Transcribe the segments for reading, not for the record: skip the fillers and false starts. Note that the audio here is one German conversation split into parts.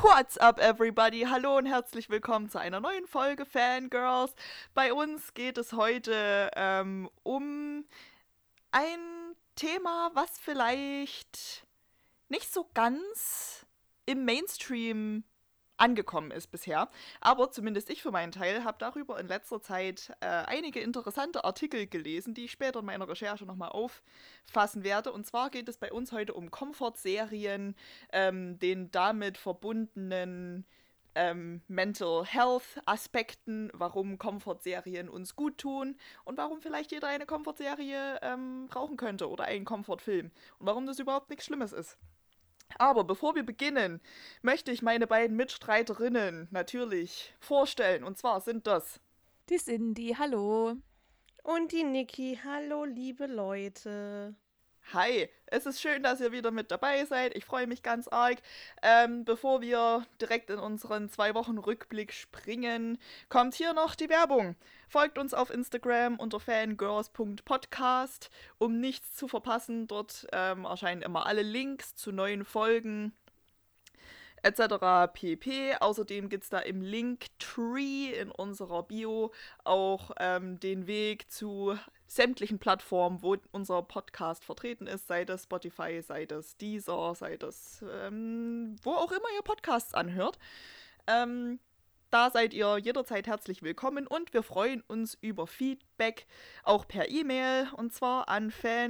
What's up, everybody? Hallo und herzlich willkommen zu einer neuen Folge Fangirls. Bei uns geht es heute um ein Thema, was vielleicht nicht so ganz im Mainstream angekommen ist bisher. Aber zumindest ich für meinen Teil habe darüber in letzter Zeit einige interessante Artikel gelesen, die ich später in meiner Recherche nochmal auffassen werde. Und zwar geht es bei uns heute um Comfort-Serien, den damit verbundenen Mental Health Aspekten, warum Comfort-Serien uns gut tun und warum vielleicht jeder eine Comfort-Serie brauchen könnte oder einen Comfort-Film und warum das überhaupt nichts Schlimmes ist. Aber bevor wir beginnen, möchte ich meine beiden Mitstreiterinnen natürlich vorstellen. Und zwar sind das die Cindy, hallo. Und die Niki, hallo liebe Leute. Hi, es ist schön, dass ihr wieder mit dabei seid. Ich freue mich ganz arg. Bevor wir direkt in unseren 2-Wochen-Rückblick springen, kommt hier noch die Werbung. Folgt uns auf Instagram unter fangirls.podcast, um nichts zu verpassen. Dort erscheinen immer alle Links zu neuen Folgen etc. pp. Außerdem gibt es da im Linktree in unserer Bio auch den Weg zu sämtlichen Plattformen, wo unser Podcast vertreten ist, sei das Spotify, sei das Deezer, sei das wo auch immer ihr Podcasts anhört. Da seid ihr jederzeit herzlich willkommen und wir freuen uns über Feedback, auch per E-Mail, und zwar an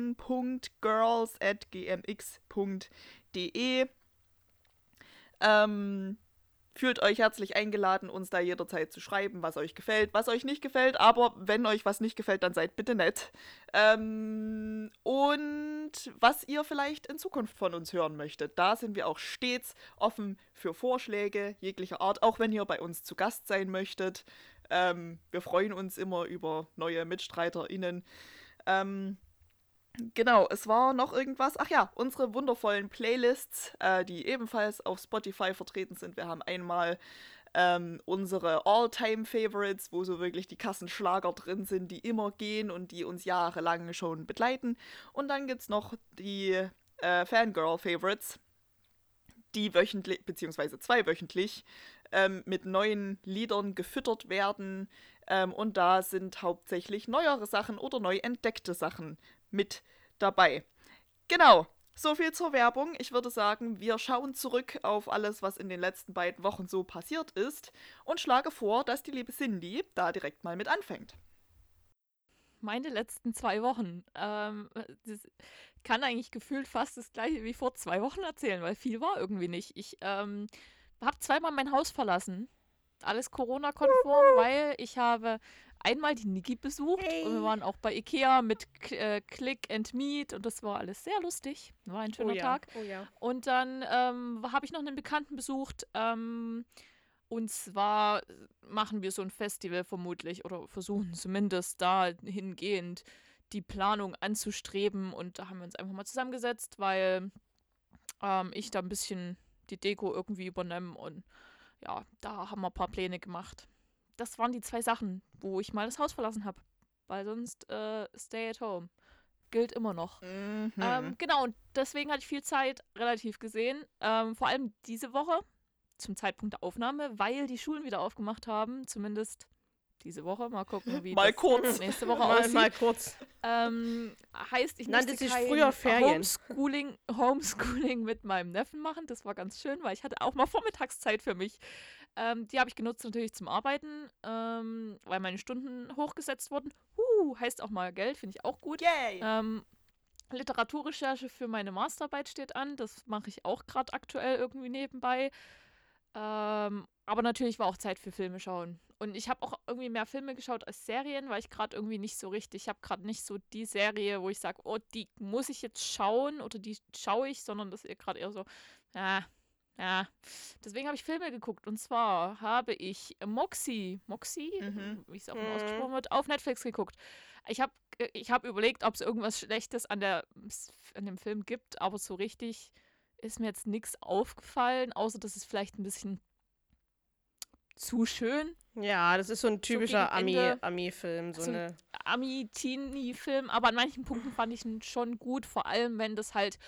fan.girls@gmx.de. Fühlt euch herzlich eingeladen, uns da jederzeit zu schreiben, was euch gefällt, was euch nicht gefällt, aber wenn euch was nicht gefällt, dann seid bitte nett. Und was ihr vielleicht in Zukunft von uns hören möchtet, da sind wir auch stets offen für Vorschläge jeglicher Art, auch wenn ihr bei uns zu Gast sein möchtet. Wir freuen uns immer über neue MitstreiterInnen. Genau, es war noch irgendwas. Ach ja, unsere wundervollen Playlists, die ebenfalls auf Spotify vertreten sind. Wir haben einmal unsere All-Time-Favorites, wo so wirklich die Kassenschlager drin sind, die immer gehen und die uns jahrelang schon begleiten. Und dann gibt es noch die Fangirl-Favorites, die wöchentlich, beziehungsweise zweiwöchentlich, mit neuen Liedern gefüttert werden. Und da sind hauptsächlich neuere Sachen oder neu entdeckte Sachen mit dabei. Genau, so viel zur Werbung. Ich würde sagen, wir schauen zurück auf alles, was in den letzten beiden Wochen so passiert ist und schlage vor, dass die liebe Cindy da direkt mal mit anfängt. Meine letzten 2 Wochen. Das kann eigentlich gefühlt fast das gleiche wie vor 2 Wochen erzählen, weil viel war irgendwie nicht. Ich habe zweimal mein Haus verlassen. Alles Corona-konform, weil ich habe einmal die Niki besucht und wir waren auch bei Ikea mit Click and Meet und das war alles sehr lustig. War ein schöner Tag. Oh ja. Und dann habe ich noch einen Bekannten besucht. Und zwar machen wir so ein Festival vermutlich oder versuchen zumindest dahingehend die Planung anzustreben. Und da haben wir uns einfach mal zusammengesetzt, weil ich da ein bisschen die Deko irgendwie übernehme und ja, da haben wir ein paar Pläne gemacht. Das waren die 2 Sachen, wo ich mal das Haus verlassen habe. Weil sonst stay at home. Gilt immer noch. Genau, und deswegen hatte ich viel Zeit relativ gesehen. Vor allem diese Woche zum Zeitpunkt der Aufnahme, weil die Schulen wieder aufgemacht haben. Zumindest diese Woche. Mal gucken, wie mal das kurz. nächste Woche aussieht. Mal kurz. Heißt, ich Nannte musste sich kein früher Ferien. Homeschooling mit meinem Neffen machen. Das war ganz schön, weil ich hatte auch mal Vormittagszeit für mich. Die habe ich genutzt natürlich zum Arbeiten, weil meine Stunden hochgesetzt wurden. Heißt auch mal Geld, finde ich auch gut. Yay! Literaturrecherche für meine Masterarbeit steht an. Das mache ich auch gerade aktuell irgendwie nebenbei. Aber natürlich war auch Zeit für Filme schauen. Und ich habe auch irgendwie mehr Filme geschaut als Serien, weil ich gerade irgendwie nicht so richtig, ich habe gerade nicht so die Serie, wo ich sage, oh, die muss ich jetzt schauen oder die schaue ich, sondern das ist gerade eher so, ja. Deswegen habe ich Filme geguckt. Und zwar habe ich Moxie, wie es auch immer ausgesprochen wird, auf Netflix geguckt. Ich hab überlegt, ob es irgendwas Schlechtes an dem Film gibt, aber so richtig ist mir jetzt nichts aufgefallen, außer dass es vielleicht ein bisschen zu schön. Ja, das ist so ein typischer gegen Ende. Ami-Film. So ein Ami-Teenie-Film, aber an manchen Punkten fand ich ihn schon gut, vor allem wenn das halt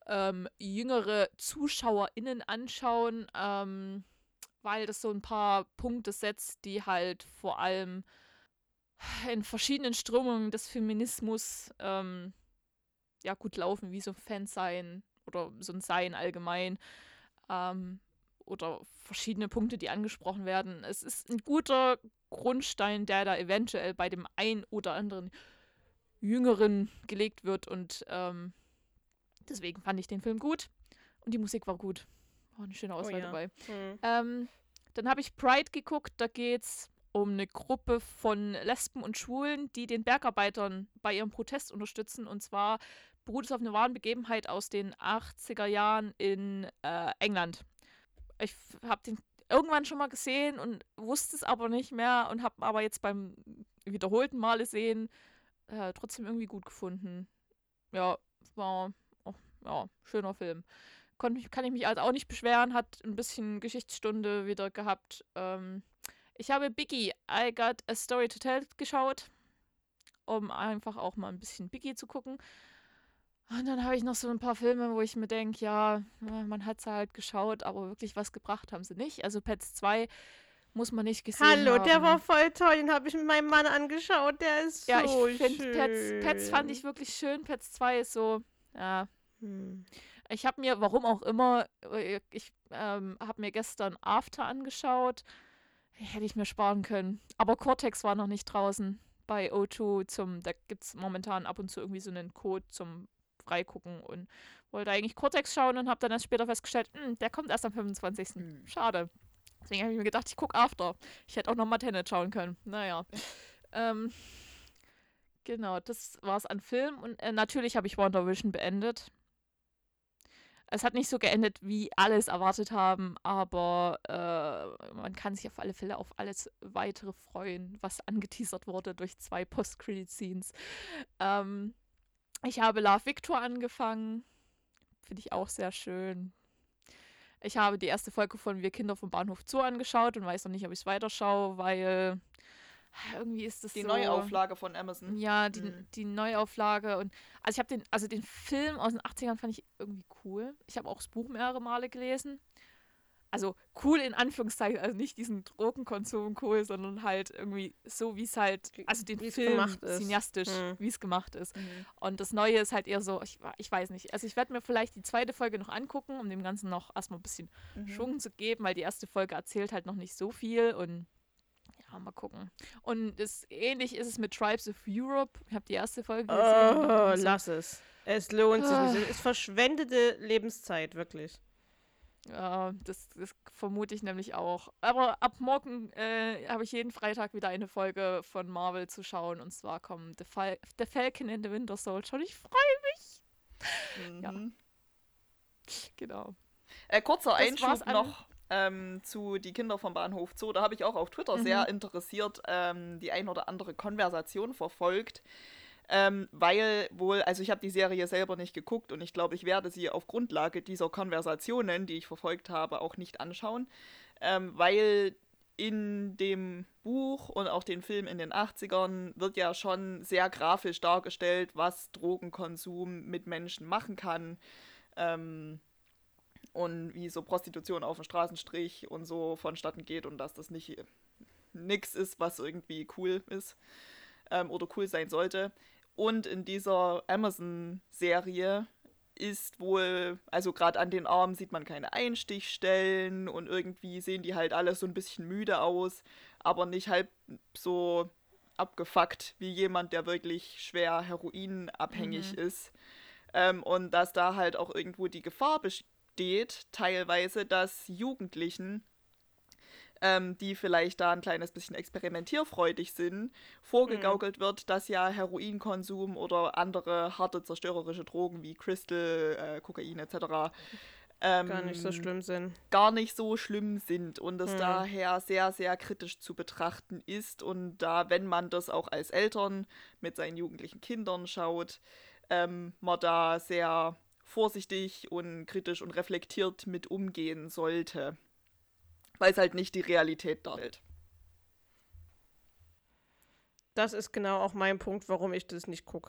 jüngere ZuschauerInnen anschauen, weil das so ein paar Punkte setzt, die halt vor allem in verschiedenen Strömungen des Feminismus gut laufen, wie so Fansein oder so ein Sein allgemein. Oder verschiedene Punkte, die angesprochen werden. Es ist ein guter Grundstein, der da eventuell bei dem ein oder anderen Jüngeren gelegt wird und deswegen fand ich den Film gut und die Musik war gut. War eine schöne Auswahl dabei. Dann habe ich Pride geguckt, da geht's um eine Gruppe von Lesben und Schwulen, die den Bergarbeitern bei ihrem Protest unterstützen, und zwar beruht es auf einer wahren Begebenheit aus den 80er Jahren in England. Ich habe den irgendwann schon mal gesehen und wusste es aber nicht mehr und habe aber jetzt beim wiederholten Male sehen trotzdem irgendwie gut gefunden. Ja, war schöner Film. Kann ich mich also auch nicht beschweren, hat ein bisschen Geschichtsstunde wieder gehabt. Ich habe Biggie, I Got a Story to Tell geschaut, um einfach auch mal ein bisschen Biggie zu gucken. Und dann habe ich noch so ein paar Filme, wo ich mir denke, ja, man hat es halt geschaut, aber wirklich was gebracht haben sie nicht. Also Pets 2 muss man nicht gesehen haben. Hallo, der war voll toll, den habe ich mit meinem Mann angeschaut, der ist so schön. Ja, ich finde Pets fand ich wirklich schön. Pets 2 ist so, ja. Ich habe mir, warum auch immer, ich habe mir gestern After angeschaut. Hätte ich mir sparen können. Aber Cortex war noch nicht draußen bei O2 da gibt es momentan ab und zu irgendwie so einen Code zum Freigucken und wollte eigentlich Cortex schauen und habe dann erst später festgestellt, der kommt erst am 25. Schade. Deswegen habe ich mir gedacht, ich gucke After. Ich hätte auch noch mal Tenet schauen können. Naja. Genau, das war's an Film. Und natürlich habe ich WandaVision beendet. Es hat nicht so geendet, wie alle es erwartet haben, aber man kann sich auf alle Fälle auf alles Weitere freuen, was angeteasert wurde durch 2 Post-Credit-Scenes. Ich habe Love Victor angefangen. Finde ich auch sehr schön. Ich habe die erste Folge von Wir Kinder vom Bahnhof Zoo angeschaut und weiß noch nicht, ob ich es weiterschaue, weil irgendwie ist das die so... Neuauflage von Amazon. Ja, die Neuauflage. Und also den Film aus den 80ern fand ich irgendwie cool. Ich habe auch das Buch mehrere Male gelesen. Also cool in Anführungszeichen, also nicht diesen Drogenkonsum cool, sondern halt irgendwie so, wie es halt, also den Film cineastisch, wie es gemacht ist. Und das Neue ist halt eher so, ich weiß nicht. Also ich werde mir vielleicht die zweite Folge noch angucken, um dem Ganzen noch erstmal ein bisschen Schwung zu geben, weil die erste Folge erzählt halt noch nicht so viel und ja, mal gucken. Und ähnlich ist es mit Tribes of Europe. Ich habe die erste Folge gesehen. Oh, lass es. Es lohnt sich nicht. Es ist verschwendete Lebenszeit, wirklich. Ja, das vermute ich nämlich auch. Aber ab morgen habe ich jeden Freitag wieder eine Folge von Marvel zu schauen. Und zwar kommt The Falcon and the Winter Soldier. Und ich freue mich. Ja. Genau. Kurzer Einschub noch zu Die Kinder vom Bahnhof Zoo. Da habe ich auch auf Twitter sehr interessiert die ein oder andere Konversation verfolgt. Weil wohl, also ich habe die Serie selber nicht geguckt und ich glaube, ich werde sie auf Grundlage dieser Konversationen, die ich verfolgt habe, auch nicht anschauen, weil in dem Buch und auch den Film in den 80ern wird ja schon sehr grafisch dargestellt, was Drogenkonsum mit Menschen machen kann und wie so Prostitution auf dem Straßenstrich und so vonstatten geht und dass das nicht nix ist, was irgendwie cool ist oder cool sein sollte. Und in dieser Amazon-Serie ist wohl, also gerade an den Armen sieht man keine Einstichstellen und irgendwie sehen die halt alle so ein bisschen müde aus, aber nicht halt so abgefuckt wie jemand, der wirklich schwer heroinabhängig ist. Und dass da halt auch irgendwo die Gefahr besteht, teilweise, dass Jugendlichen die vielleicht da ein kleines bisschen experimentierfreudig sind, vorgegaukelt wird, dass ja Heroinkonsum oder andere harte zerstörerische Drogen wie Crystal, Kokain etc. Gar nicht so schlimm sind. Gar nicht so schlimm sind und es daher sehr, sehr kritisch zu betrachten ist und da, wenn man das auch als Eltern mit seinen jugendlichen Kindern schaut, man da sehr vorsichtig und kritisch und reflektiert mit umgehen sollte. Weil es halt nicht die Realität darstellt. Das ist genau auch mein Punkt, warum ich das nicht gucke.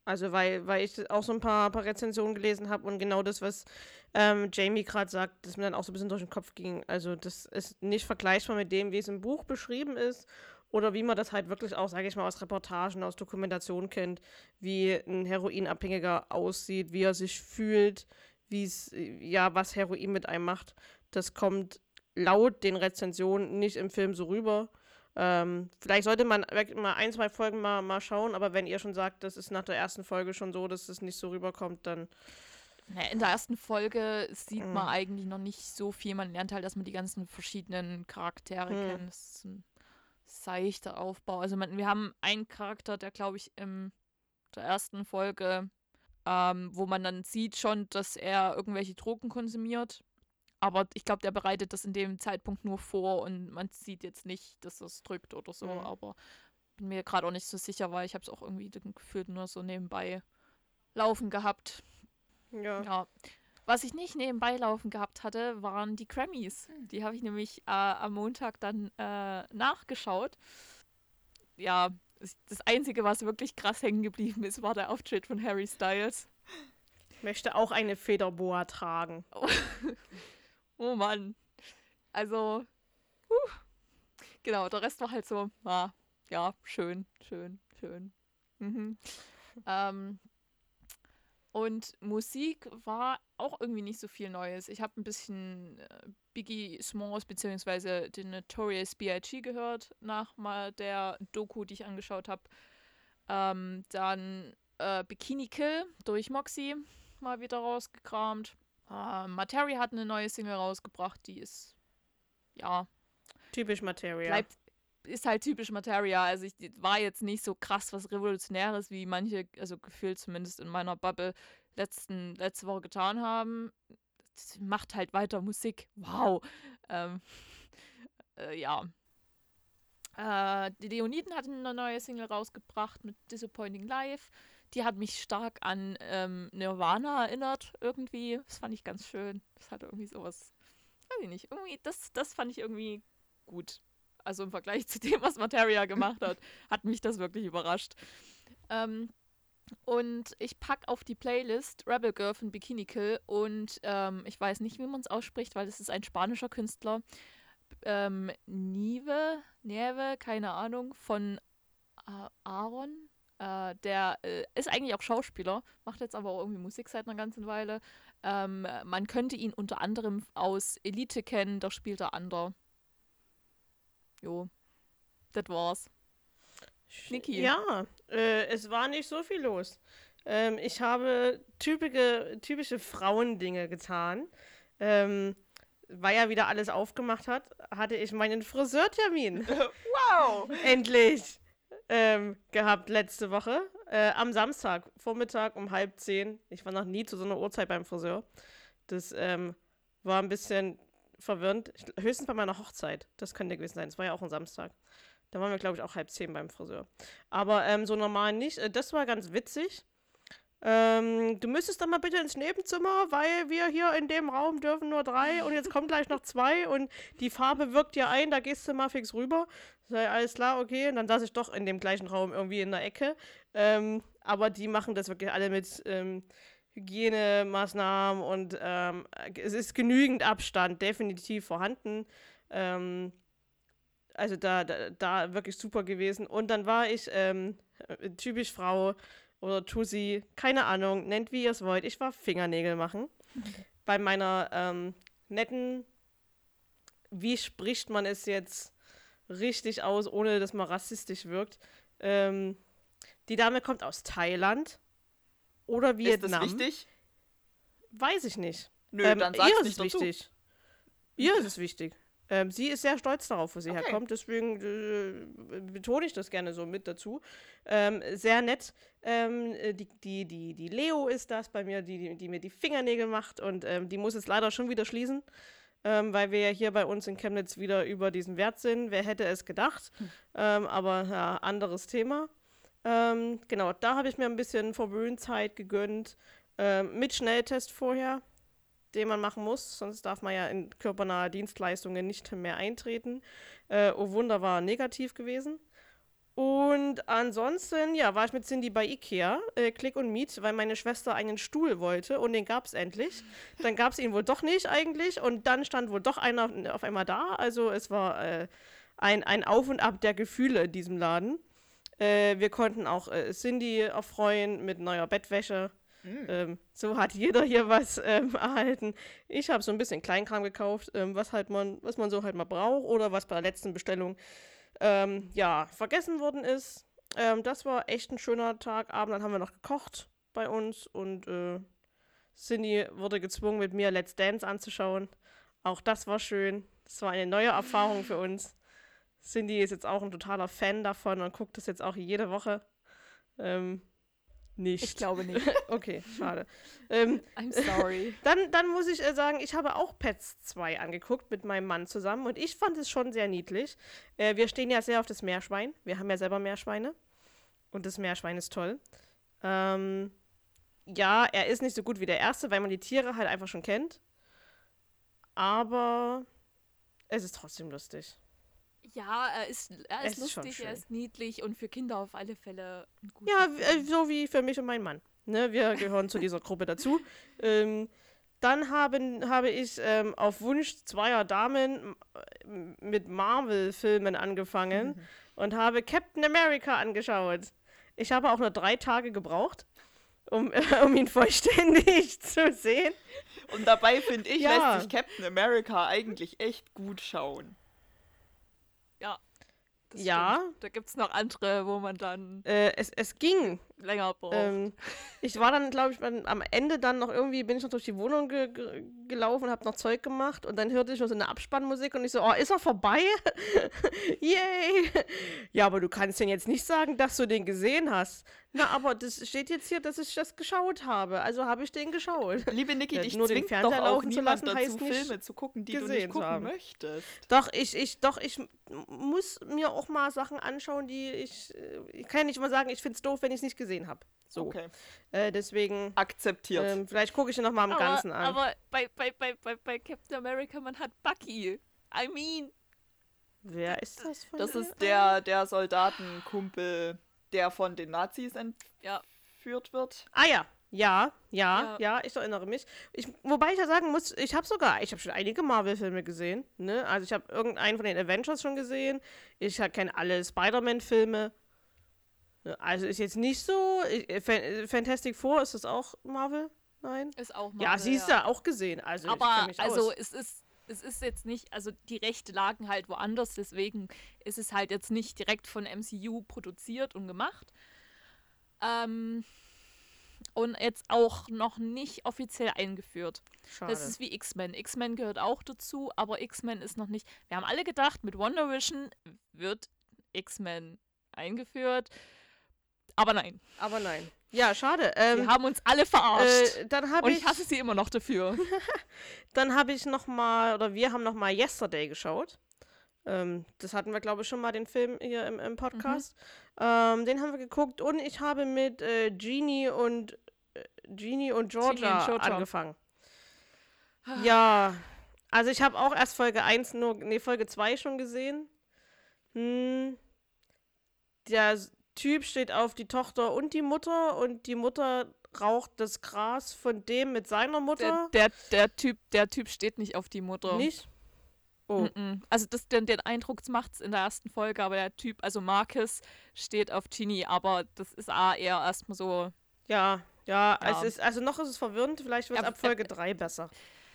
Also weil ich auch so ein paar Rezensionen gelesen habe und genau das, was Jamie gerade sagt, das mir dann auch so ein bisschen durch den Kopf ging. Also das ist nicht vergleichbar mit dem, wie es im Buch beschrieben ist oder wie man das halt wirklich auch, sage ich mal, aus Reportagen, aus Dokumentationen kennt, wie ein Heroinabhängiger aussieht, wie er sich fühlt, was Heroin mit einem macht. Das kommt laut den Rezensionen nicht im Film so rüber. Vielleicht sollte man wirklich mal 1, 2 Folgen mal schauen, aber wenn ihr schon sagt, das ist nach der ersten Folge schon so, dass es nicht so rüberkommt, dann. In der ersten Folge sieht man eigentlich noch nicht so viel. Man lernt halt erstmal die ganzen verschiedenen Charaktere kennen. Das ist ein seichter Aufbau. Also wir haben einen Charakter, der, glaube ich, in der ersten Folge, wo man dann sieht schon, dass er irgendwelche Drogen konsumiert. Aber ich glaube, der bereitet das in dem Zeitpunkt nur vor und man sieht jetzt nicht, dass er es drückt oder so. Aber bin mir gerade auch nicht so sicher, weil ich habe es auch irgendwie gefühlt nur so nebenbei laufen gehabt. Ja. Was ich nicht nebenbei laufen gehabt hatte, waren die Grammys. Die habe ich nämlich am Montag dann nachgeschaut. Ja, das Einzige, was wirklich krass hängen geblieben ist, war der Auftritt von Harry Styles. Ich möchte auch eine Federboa tragen. Oh Mann. Also, genau, der Rest war halt so, ja, schön. Mhm. Und Musik war auch irgendwie nicht so viel Neues. Ich habe ein bisschen Biggie Smalls bzw. den Notorious B.I.G. gehört, nach mal der Doku, die ich angeschaut habe. Dann Bikini Kill durch Moxie mal wieder rausgekramt. Materia hat eine neue Single rausgebracht, die ist, ja. Typisch Materia. Ist halt typisch Materia. Also war jetzt nicht so krass was Revolutionäres, wie manche, also gefühlt zumindest in meiner Bubble, letzte Woche getan haben. Das macht halt weiter Musik. Wow. Ja. Die Leoniden hatten eine neue Single rausgebracht mit Disappointing Life. Die hat mich stark an Nirvana erinnert, irgendwie. Das fand ich ganz schön. Das hatte irgendwie sowas, weiß ich nicht, irgendwie, das fand ich irgendwie gut. Also im Vergleich zu dem, was Materia gemacht hat mich das wirklich überrascht. Und ich packe auf die Playlist Rebel Girl von Bikini Kill und ich weiß nicht, wie man es ausspricht, weil es ist ein spanischer Künstler. Nieve, keine Ahnung, von Aaron. Der ist eigentlich auch Schauspieler, macht jetzt aber auch irgendwie Musik seit einer ganzen Weile. Man könnte ihn unter anderem aus Elite kennen, da spielt er Ander. Jo, das war's. Niki. Ja, es war nicht so viel los. Ich habe typische Frauendinge getan. Weil ja wieder alles aufgemacht hat, hatte ich meinen Friseurtermin. Wow! Endlich! Gehabt letzte Woche. Am Samstag, Vormittag um 9:30. Ich war noch nie zu so einer Uhrzeit beim Friseur. Das war ein bisschen verwirrend. Höchstens bei meiner Hochzeit. Das könnte gewesen sein. Es war ja auch ein Samstag. Da waren wir, glaube ich, auch 9:30 beim Friseur. Aber so normal nicht. Das war ganz witzig. Du müsstest dann mal bitte ins Nebenzimmer, weil wir hier in dem Raum dürfen nur 3 und jetzt kommen gleich noch 2 und die Farbe wirkt ja ein, da gehst du mal fix rüber. Sei alles klar, okay. Und dann saß ich doch in dem gleichen Raum irgendwie in der Ecke. Aber die machen das wirklich alle mit Hygienemaßnahmen und es ist genügend Abstand definitiv vorhanden. Also da wirklich super gewesen. Und dann war ich typisch Frau oder Tussi, keine Ahnung, nennt wie ihr es wollt. Ich war Fingernägel machen. Bei meiner netten, wie spricht man es jetzt richtig aus, ohne dass man rassistisch wirkt. Die Dame kommt aus Thailand oder Vietnam. Ist das wichtig? Weiß ich nicht. Nö, dann sag's ihr nicht ist es dazu. wichtig. Ihr ist es wichtig. Sie ist sehr stolz darauf, wo sie Okay. herkommt, deswegen betone ich das gerne so mit dazu. Sehr nett. Die Leo ist das bei mir, die mir die Fingernägel macht und die muss jetzt leider schon wieder schließen, weil wir ja hier bei uns in Chemnitz wieder über diesen Wert sind. Wer hätte es gedacht? Aber ja, anderes Thema. Genau, da habe ich mir ein bisschen Verwöhnzeit gegönnt, mit Schnelltest vorher, den man machen muss, sonst darf man ja in körpernahe Dienstleistungen nicht mehr eintreten. Oh Wunder, war negativ gewesen. Und ansonsten, ja, war ich mit Cindy bei Ikea, Click und Meet, weil meine Schwester einen Stuhl wollte und den gab es endlich. Dann gab es ihn wohl doch nicht eigentlich und dann stand wohl doch einer auf einmal da. Also es war ein Auf und Ab der Gefühle in diesem Laden. Wir konnten auch Cindy erfreuen mit neuer Bettwäsche. So hat jeder hier was erhalten. Ich habe so ein bisschen Kleinkram gekauft, was man so halt mal braucht oder was bei der letzten Bestellung vergessen worden ist. Das war echt ein schöner Abend. Dann haben wir noch gekocht bei uns und Cindy wurde gezwungen, mit mir Let's Dance anzuschauen. Auch das war schön. Das war eine neue Erfahrung für uns. Cindy ist jetzt auch ein totaler Fan davon und guckt das jetzt auch jede Woche. Nicht. Ich glaube nicht. Okay, schade. I'm sorry. Dann muss ich sagen, ich habe auch Pets 2 angeguckt mit meinem Mann zusammen und ich fand es schon sehr niedlich. Wir stehen ja sehr auf das Meerschwein. Wir haben ja selber Meerschweine und das Meerschwein ist toll. Ja, er ist nicht so gut wie der erste, weil man die Tiere halt einfach schon kennt. Aber es ist trotzdem lustig. Ja, er ist Es ist schon lustig, er schön. ist niedlich und für Kinder auf alle Fälle ein guter Ja, Film. so wie für mich und meinen Mann. Ne, wir gehören zu dieser Gruppe dazu. Dann habe ich auf Wunsch zweier Damen mit Marvel-Filmen angefangen und habe Captain America angeschaut. Ich habe auch nur 3 Tage gebraucht, um ihn vollständig zu sehen. Und dabei, finde ich, Ja. lässt sich Captain America eigentlich echt gut schauen. Das Ja. stimmt. Da gibt es noch andere, wo man dann Es ging. länger braucht. Ich war dann, glaube ich, am Ende dann noch irgendwie, bin ich noch durch die Wohnung gelaufen, habe noch Zeug gemacht und dann hörte ich noch so eine Abspannmusik und ich so, oh, ist er vorbei? Yay! Ja, aber du kannst denn jetzt nicht sagen, dass du den gesehen hast. Na, aber das steht jetzt hier, dass ich das geschaut habe, also habe ich den geschaut. Liebe Niki, Ja, dich nur den zwingt Fernseher doch auch laufen zu niemand lassen, dazu, heißt nicht, Filme zu gucken, die du gesehen nicht zu gucken haben. möchtest. Ich muss mir auch mal Sachen anschauen, die ich kann ja nicht mal sagen, ich finde es doof, wenn ich es nicht gesehen habe. So. Okay, Deswegen, akzeptiert. vielleicht gucke ich ihn noch mal im Ganzen an. Aber bei Captain America, man hat Bucky. I mean, Wer ist das von Das den ist der Soldatenkumpel, der von den Nazis Ja. entführt wird. Ah ja. Ja, Ja. ich erinnere mich. Wobei ich ja sagen muss, ich habe schon einige Marvel-Filme gesehen. Ne? Also ich habe irgendeinen von den Avengers schon gesehen. Ich kenne alle Spider-Man-Filme. Ne, also ist jetzt nicht so. Fantastic Four, ist das auch Marvel? Nein? ist auch mal. Ja, sie ist ja auch gesehen. Also ich Aber kenn mich also aus. es ist jetzt nicht, also die Rechte lagen halt woanders, deswegen ist es halt jetzt nicht direkt von MCU produziert und gemacht. Und jetzt auch noch nicht offiziell eingeführt. Schade. Das ist wie X-Men. X-Men gehört auch dazu, aber X-Men ist noch nicht. Wir haben alle gedacht, mit Wonder Vision wird X-Men eingeführt. Aber nein. Aber nein. Ja, schade. Sie haben uns alle verarscht. Dann habe und ich ich hasse sie immer noch dafür. wir haben noch mal Yesterday geschaut. Das hatten wir, glaube ich, schon mal, den Film hier im Podcast. Den haben wir geguckt und ich habe mit Genie und Georgia angefangen. Ja, also ich habe auch erst Folge 2 schon gesehen. Der Typ steht auf die Tochter und die Mutter raucht das Gras von dem mit seiner Mutter. Der Typ steht nicht auf die Mutter. Nicht? Oh. Also den Eindruck macht es in der ersten Folge, aber der Typ, also Marcus, steht auf Ginny, aber das ist eher erstmal so. Ja, noch ist es verwirrend, vielleicht wird es ab Folge 3 besser.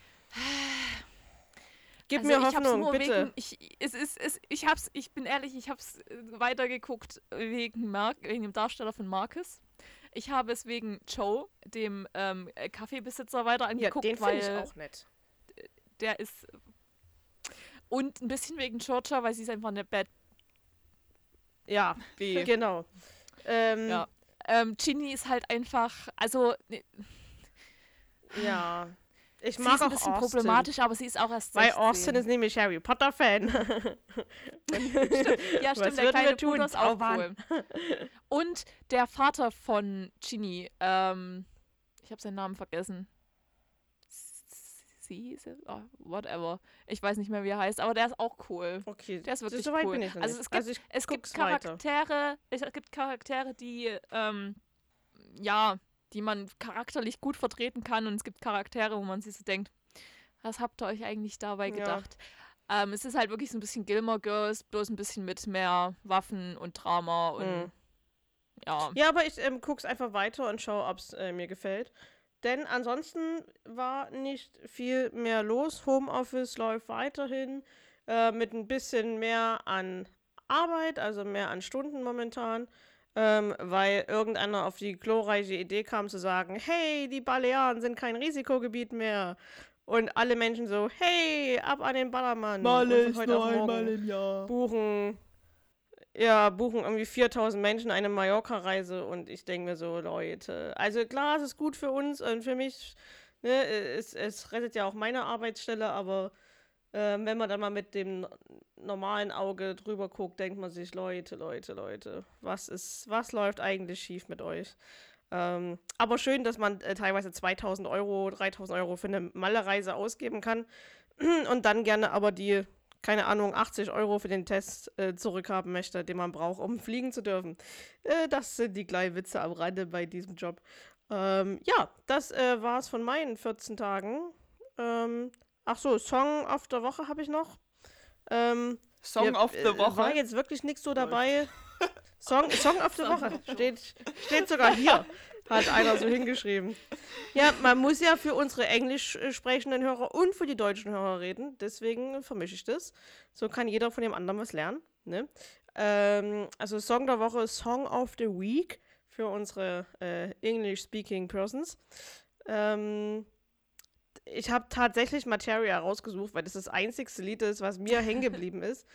Gib Also mir ich hab's Hoffnung, nur bitte. Ich bin ehrlich, ich hab's weitergeguckt wegen dem Darsteller von Marcus. Ich habe es wegen Joe, dem Kaffeebesitzer, weiter Ja, angeguckt, den finde weil ich auch nett. der ist. Und ein bisschen wegen Georgia, weil sie ist einfach eine Bad Ja, B. genau. Ja. Ginny ist halt einfach, also Ja. Ich sie mag ist ein auch bisschen Austin. problematisch, aber sie ist auch erst 16. Weil Austin ist nämlich Harry Potter-Fan. Ja, Was stimmt, der würden kleine wir tun? Bruder ist auch Zaubern. cool. Und der Vater von Ginny, ich habe seinen Namen vergessen. whatever. Ich weiß nicht mehr, wie er heißt, aber der ist auch cool. Okay, Der ist wirklich so weit cool. bin ich noch Also nicht. es gibt guck's weiter. Charaktere, die, die man charakterlich gut vertreten kann, und es gibt Charaktere, wo man sich so denkt, was habt ihr euch eigentlich dabei gedacht? Es ist halt wirklich so ein bisschen Gilmore Girls, bloß ein bisschen mit mehr Waffen und Drama und ja. Ja, aber ich guck's einfach weiter und schaue, ob's mir gefällt. Denn ansonsten war nicht viel mehr los. Homeoffice läuft weiterhin mit ein bisschen mehr an Arbeit, also mehr an Stunden momentan, weil irgendeiner auf die glorreiche Idee kam zu sagen, hey, die Balearen sind kein Risikogebiet mehr. Und alle Menschen so, hey, ab an den Ballermann. Malle und ist von nur auf morgen einmal im Jahr. buchen irgendwie 4.000 Menschen eine Mallorca-Reise und ich denke mir so, Leute, also klar, es ist gut für uns und für mich, ne, es rettet ja auch meine Arbeitsstelle, aber wenn man dann mal mit dem normalen Auge drüber guckt, denkt man sich, Leute, was läuft eigentlich schief mit euch? Aber schön, dass man teilweise 2.000 Euro, 3.000 Euro für eine Malle-Reise ausgeben kann und dann gerne aber die, keine Ahnung, 80 Euro für den Test zurückhaben möchte, den man braucht, um fliegen zu dürfen. Das sind die kleinen Witze am Rande bei diesem Job. Das war's von meinen 14 Tagen. Song of the Woche habe ich noch. Song of the Woche? War jetzt wirklich nichts so dabei. Song of the Woche. Steht sogar hier. Hat einer so hingeschrieben. Ja, man muss ja für unsere englisch sprechenden Hörer und für die deutschen Hörer reden. Deswegen vermische ich das. So kann jeder von dem anderen was lernen. Ne? Also Song der Woche, Song of the Week für unsere English-speaking Persons. Ich habe tatsächlich Materia rausgesucht, weil das einzigste Lied ist, was mir hängen geblieben ist.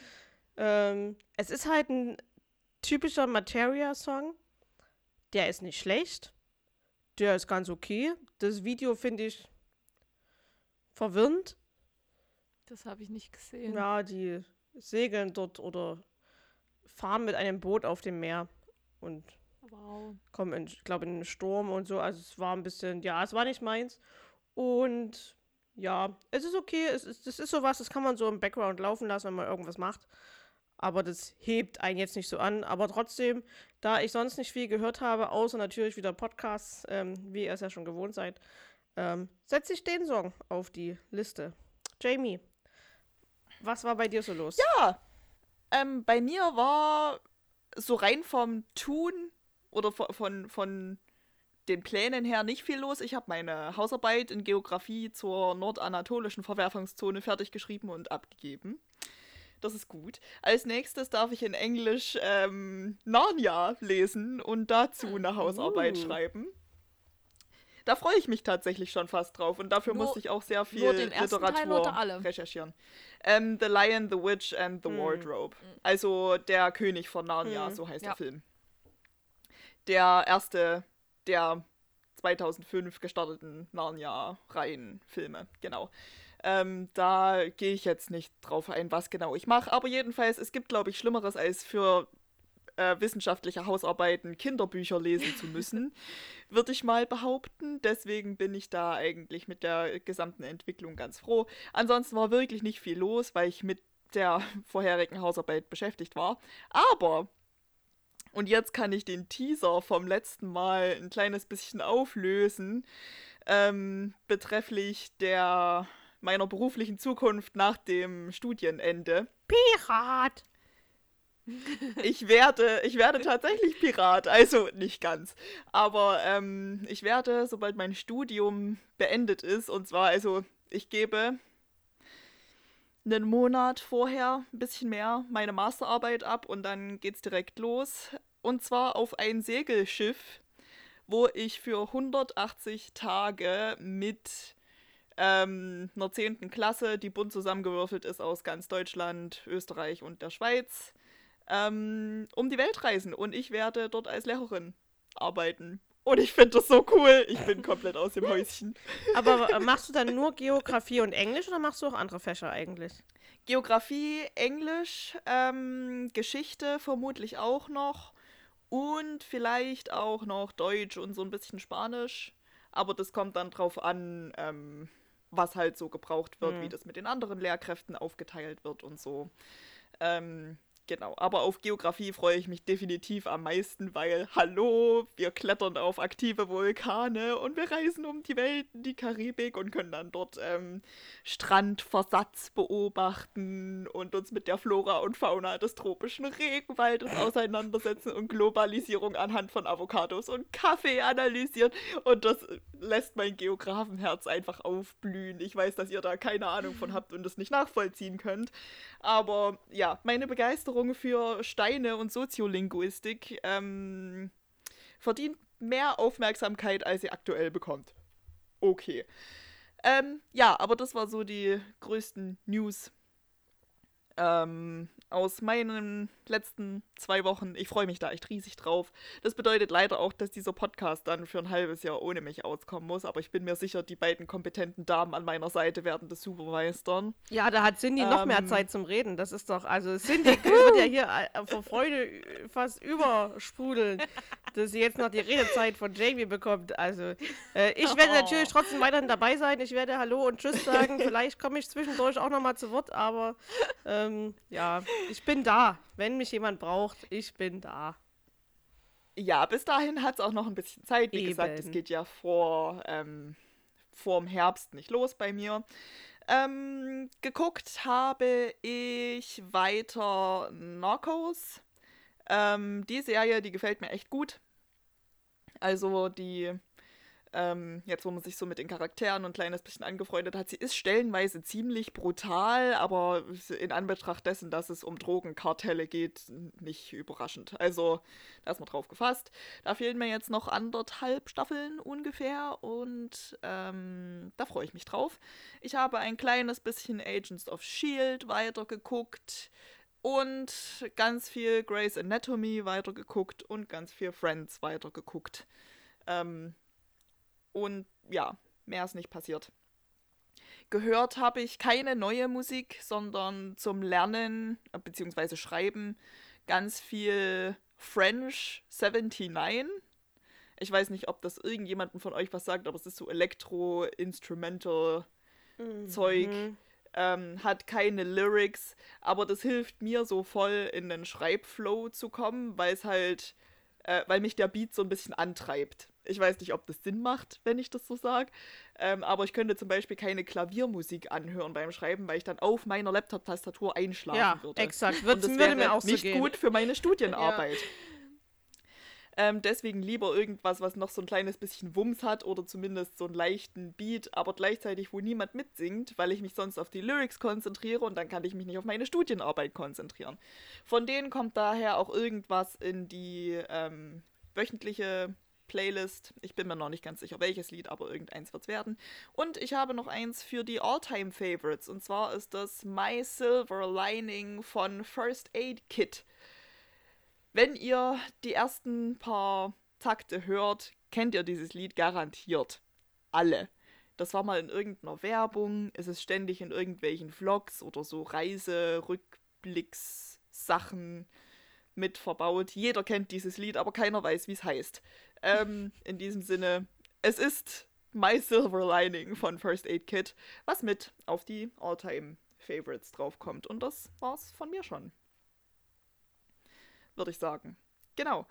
Es ist halt ein typischer Materia-Song. Der ist nicht schlecht. Der ist ganz okay. Das Video finde ich verwirrend. Das habe ich nicht gesehen. Ja, die segeln dort oder fahren mit einem Boot auf dem Meer und kommen, ich glaube, in einen Sturm und so. Also es war ein bisschen, es war nicht meins. Und ja, es ist okay. Das ist sowas, das kann man so im Background laufen lassen, wenn man irgendwas macht. Aber das hebt einen jetzt nicht so an. Aber trotzdem, da ich sonst nicht viel gehört habe, außer natürlich wieder Podcasts, wie ihr es ja schon gewohnt seid, setze ich den Song auf die Liste. Jamie, was war bei dir so los? Ja, bei mir war so rein vom Tun oder von den Plänen her nicht viel los. Ich habe meine Hausarbeit in Geografie zur nordanatolischen Verwerfungszone fertig geschrieben und abgegeben. Das ist gut. Als nächstes darf ich in Englisch Narnia lesen und dazu eine Hausarbeit schreiben. Da freue ich mich tatsächlich schon fast drauf und dafür musste ich auch sehr viel Literatur recherchieren. The Lion, the Witch and the Wardrobe. Also der König von Narnia, so heißt der Film. Der erste der 2005 gestarteten Narnia-Reihenfilme, genau. Da gehe ich jetzt nicht drauf ein, was genau ich mache, aber jedenfalls, es gibt, glaube ich, Schlimmeres, als für wissenschaftliche Hausarbeiten Kinderbücher lesen zu müssen, würde ich mal behaupten. Deswegen bin ich da eigentlich mit der gesamten Entwicklung ganz froh. Ansonsten war wirklich nicht viel los, weil ich mit der vorherigen Hausarbeit beschäftigt war. Aber, und jetzt kann ich den Teaser vom letzten Mal ein kleines bisschen auflösen, betrefflich meiner beruflichen Zukunft nach dem Studienende. Pirat! Ich werde tatsächlich Pirat, also nicht ganz. Aber ich werde, sobald mein Studium beendet ist, und zwar, also ich gebe einen Monat vorher, ein bisschen mehr, meine Masterarbeit ab und dann geht's direkt los. Und zwar auf ein Segelschiff, wo ich für 180 Tage mit einer 10. Klasse, die bunt zusammengewürfelt ist aus ganz Deutschland, Österreich und der Schweiz, um die Welt reisen. Und ich werde dort als Lehrerin arbeiten. Und ich finde das so cool. Ich bin komplett aus dem Häuschen. Aber machst du dann nur Geografie und Englisch oder machst du auch andere Fächer eigentlich? Geografie, Englisch, Geschichte vermutlich auch noch. Und vielleicht auch noch Deutsch und so ein bisschen Spanisch. Aber das kommt dann drauf an, was halt so gebraucht wird, wie das mit den anderen Lehrkräften aufgeteilt wird und so. Genau, aber auf Geografie freue ich mich definitiv am meisten, weil, hallo, wir klettern auf aktive Vulkane und wir reisen um die Welt in die Karibik und können dann dort Strandversatz beobachten und uns mit der Flora und Fauna des tropischen Regenwaldes auseinandersetzen und Globalisierung anhand von Avocados und Kaffee analysieren. Und das lässt mein Geografenherz einfach aufblühen. Ich weiß, dass ihr da keine Ahnung von habt und es nicht nachvollziehen könnt. Aber ja, meine Begeisterung für Steine und Soziolinguistik verdient mehr Aufmerksamkeit, als sie aktuell bekommt. Okay. Ja, aber das war so die größten News aus meinen letzten 2 Wochen. Ich freue mich da echt riesig drauf. Das bedeutet leider auch, dass dieser Podcast dann für ein halbes Jahr ohne mich auskommen muss, aber ich bin mir sicher, die beiden kompetenten Damen an meiner Seite werden das super meistern. Ja, da hat Cindy noch mehr Zeit zum Reden. Das ist doch, also Cindy wird ja hier vor Freude fast übersprudeln, dass sie jetzt noch die Redezeit von Jamie bekommt. Also ich werde natürlich trotzdem weiterhin dabei sein. Ich werde Hallo und Tschüss sagen. Vielleicht komme ich zwischendurch auch nochmal zu Wort, aber ja, ich bin da. Wenn mich jemand braucht, ich bin da. Ja, bis dahin hat es auch noch ein bisschen Zeit. Wie gesagt, es geht ja vorm Herbst nicht los bei mir. Geguckt habe ich weiter Narcos. Die Serie, die gefällt mir echt gut. Also die jetzt, wo man sich so mit den Charakteren ein kleines bisschen angefreundet hat, sie ist stellenweise ziemlich brutal, aber in Anbetracht dessen, dass es um Drogenkartelle geht, nicht überraschend. Also, da ist man drauf gefasst. Da fehlen mir jetzt noch 1,5 Staffeln ungefähr und da freue ich mich drauf. Ich habe ein kleines bisschen Agents of S.H.I.E.L.D. weitergeguckt und ganz viel Grey's Anatomy weitergeguckt und ganz viel Friends weitergeguckt. Und ja, mehr ist nicht passiert. Gehört habe ich keine neue Musik, sondern zum Lernen bzw. Schreiben ganz viel French 79. Ich weiß nicht, ob das irgendjemandem von euch was sagt, aber es ist so Elektro-Instrumental-Zeug. Hat keine Lyrics, aber das hilft mir so voll in den Schreibflow zu kommen, weil mich der Beat so ein bisschen antreibt. Ich weiß nicht, ob das Sinn macht, wenn ich das so sage, aber ich könnte zum Beispiel keine Klaviermusik anhören beim Schreiben, weil ich dann auf meiner Laptop-Tastatur einschlafen würde. Ja, exakt. Und das wäre mir auch nicht so gut für meine Studienarbeit. Ja. Deswegen lieber irgendwas, was noch so ein kleines bisschen Wumms hat oder zumindest so einen leichten Beat, aber gleichzeitig, wo niemand mitsingt, weil ich mich sonst auf die Lyrics konzentriere und dann kann ich mich nicht auf meine Studienarbeit konzentrieren. Von denen kommt daher auch irgendwas in die wöchentliche Playlist. Ich bin mir noch nicht ganz sicher, welches Lied, aber irgendeins wird's werden. Und ich habe noch eins für die All-Time-Favorites und zwar ist das My Silver Lining von First Aid Kit. Wenn ihr die ersten paar Takte hört, kennt ihr dieses Lied garantiert. Alle. Das war mal in irgendeiner Werbung, es ist ständig in irgendwelchen Vlogs oder so Reiserückblickssachen mit verbaut. Jeder kennt dieses Lied, aber keiner weiß, wie es heißt. In diesem Sinne, es ist My Silver Lining von First Aid Kit, was mit auf die All-Time-Favorites draufkommt. Und das war's von mir schon. Würde ich sagen. Genau.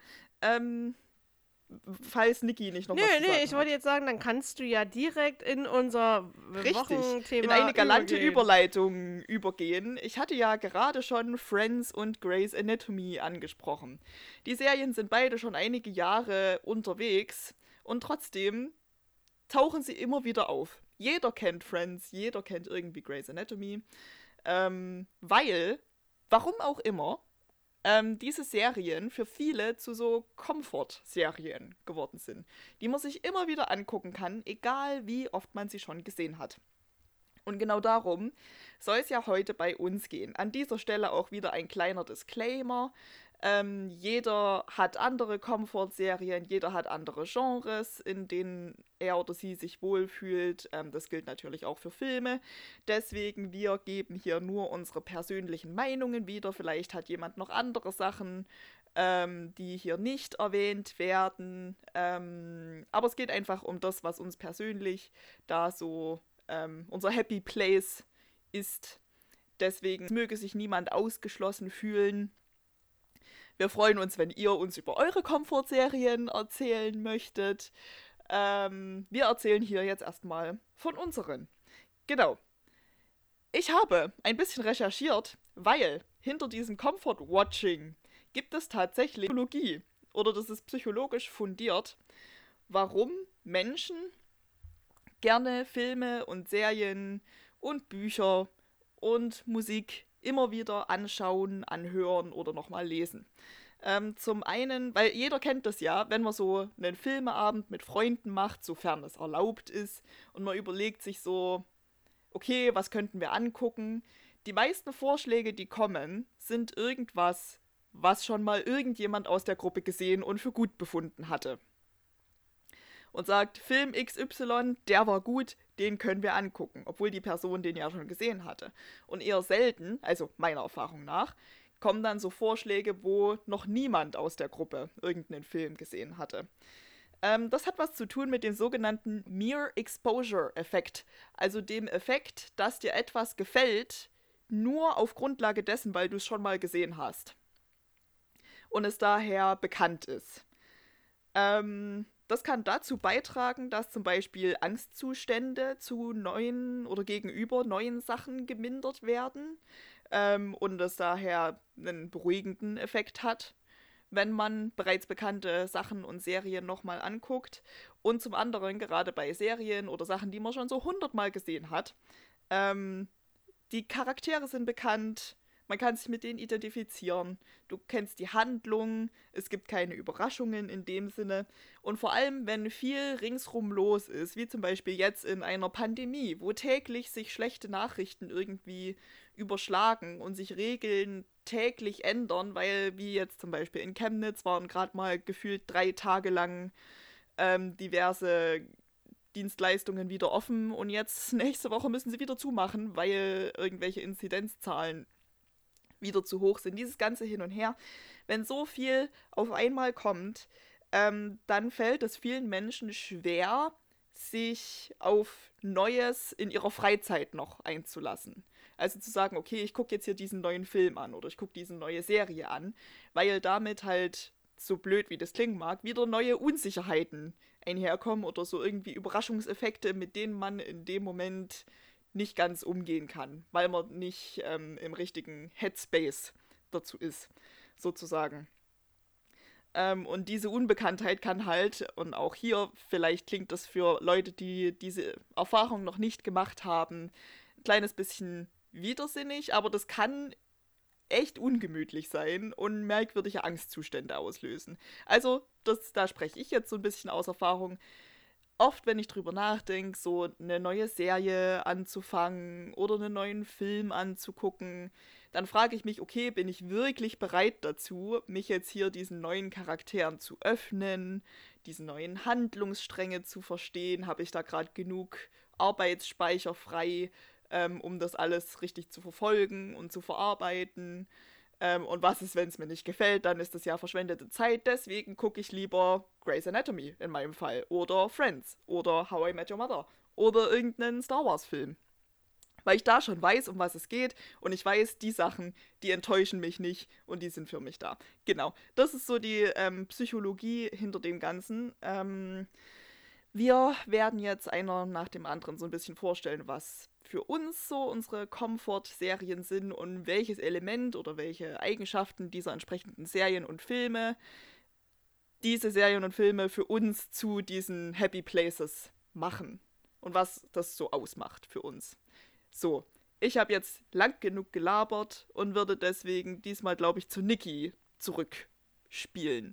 Falls Niki nicht noch was zu sagen ich wollte jetzt sagen, dann kannst du ja direkt in unser Wochenthema in eine galante Überleitung übergehen. Ich hatte ja gerade schon Friends und Grey's Anatomy angesprochen. Die Serien sind beide schon einige Jahre unterwegs und trotzdem tauchen sie immer wieder auf. Jeder kennt Friends, jeder kennt irgendwie Grey's Anatomy, weil, warum auch immer, diese Serien für viele zu so Comfort-Serien geworden sind, die man sich immer wieder angucken kann, egal wie oft man sie schon gesehen hat. Und genau darum soll es ja heute bei uns gehen. An dieser Stelle auch wieder ein kleiner Disclaimer. Jeder hat andere Comfort-Serien, jeder hat andere Genres, in denen er oder sie sich wohlfühlt. Das gilt natürlich auch für Filme. Deswegen, wir geben hier nur unsere persönlichen Meinungen wieder. Vielleicht hat jemand noch andere Sachen, die hier nicht erwähnt werden. Aber es geht einfach um das, was uns persönlich da so unser Happy Place ist. Deswegen möge sich niemand ausgeschlossen fühlen. Wir freuen uns, wenn ihr uns über eure Komfortserien erzählen möchtet. Wir erzählen hier jetzt erstmal von unseren. Genau. Ich habe ein bisschen recherchiert, weil hinter diesem Comfort-Watching gibt es tatsächlich Psychologie, oder das ist psychologisch fundiert, warum Menschen gerne Filme und Serien und Bücher und Musik immer wieder anschauen, anhören oder nochmal lesen. Zum einen, weil jeder kennt das ja, wenn man so einen Filmeabend mit Freunden macht, sofern es erlaubt ist, und man überlegt sich so, okay, was könnten wir angucken? Die meisten Vorschläge, die kommen, sind irgendwas, was schon mal irgendjemand aus der Gruppe gesehen und für gut befunden hatte. Und sagt, Film XY, der war gut, den können wir angucken, obwohl die Person den ja schon gesehen hatte. Und eher selten, also meiner Erfahrung nach, kommen dann so Vorschläge, wo noch niemand aus der Gruppe irgendeinen Film gesehen hatte. Das hat was zu tun mit dem sogenannten Mere Exposure-Effekt, also dem Effekt, dass dir etwas gefällt, nur auf Grundlage dessen, weil du es schon mal gesehen hast und es daher bekannt ist. Das kann dazu beitragen, dass zum Beispiel Angstzustände zu neuen oder gegenüber neuen Sachen gemindert werden und es daher einen beruhigenden Effekt hat, wenn man bereits bekannte Sachen und Serien nochmal anguckt. Und zum anderen, gerade bei Serien oder Sachen, die man schon so 100-mal gesehen hat, die Charaktere sind bekannt, man kann sich mit denen identifizieren, du kennst die Handlung, es gibt keine Überraschungen in dem Sinne. Und vor allem, wenn viel ringsrum los ist, wie zum Beispiel jetzt in einer Pandemie, wo täglich sich schlechte Nachrichten irgendwie überschlagen und sich Regeln täglich ändern, weil wie jetzt zum Beispiel in Chemnitz waren gerade mal gefühlt 3 Tage lang diverse Dienstleistungen wieder offen und jetzt nächste Woche müssen sie wieder zumachen, weil irgendwelche Inzidenzzahlen wieder zu hoch sind. Dieses ganze Hin und Her. Wenn so viel auf einmal kommt, dann fällt es vielen Menschen schwer, sich auf Neues in ihrer Freizeit noch einzulassen. Also zu sagen, okay, ich gucke jetzt hier diesen neuen Film an oder ich gucke diese neue Serie an, weil damit halt, so blöd wie das klingen mag, wieder neue Unsicherheiten einherkommen oder so irgendwie Überraschungseffekte, mit denen man in dem Moment nicht ganz umgehen kann, weil man nicht im richtigen Headspace dazu ist, sozusagen. Und diese Unbekanntheit kann halt, und auch hier, vielleicht klingt das für Leute, die diese Erfahrung noch nicht gemacht haben, ein kleines bisschen widersinnig, aber das kann echt ungemütlich sein und merkwürdige Angstzustände auslösen. Also, da spreche ich jetzt so ein bisschen aus Erfahrung. Oft, wenn ich drüber nachdenke, so eine neue Serie anzufangen oder einen neuen Film anzugucken, dann frage ich mich, okay, bin ich wirklich bereit dazu, mich jetzt hier diesen neuen Charakteren zu öffnen, diese neuen Handlungsstränge zu verstehen? Habe ich da gerade genug Arbeitsspeicher frei, um das alles richtig zu verfolgen und zu verarbeiten? Und was ist, wenn es mir nicht gefällt, dann ist das ja verschwendete Zeit. Deswegen gucke ich lieber Grey's Anatomy in meinem Fall. Oder Friends. Oder How I Met Your Mother. Oder irgendeinen Star Wars Film. Weil ich da schon weiß, um was es geht. Und ich weiß, die Sachen, die enttäuschen mich nicht. Und die sind für mich da. Genau. Das ist so die Psychologie hinter dem Ganzen. Wir werden jetzt einer nach dem anderen so ein bisschen vorstellen, was für uns so unsere Comfort-Serien sind und welches Element oder welche Eigenschaften dieser entsprechenden Serien und Filme diese Serien und Filme für uns zu diesen Happy Places machen und was das so ausmacht für uns. So, ich habe jetzt lang genug gelabert und würde deswegen diesmal, glaube ich, zu Niki zurückspielen.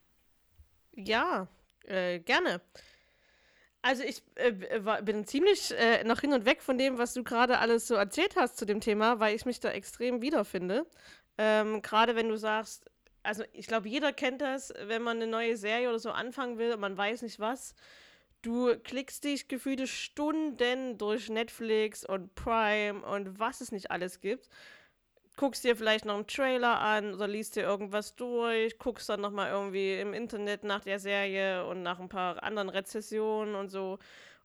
Ja, gerne. Also ich bin ziemlich noch hin und weg von dem, was du gerade alles so erzählt hast zu dem Thema, weil ich mich da extrem wiederfinde. Gerade wenn du sagst, also ich glaube, jeder kennt das, wenn man eine neue Serie oder so anfangen will und man weiß nicht was. Du klickst dich gefühlte Stunden durch Netflix und Prime und was es nicht alles gibt. Guckst dir vielleicht noch einen Trailer an oder liest dir irgendwas durch, guckst dann nochmal irgendwie im Internet nach der Serie und nach ein paar anderen Rezensionen und so.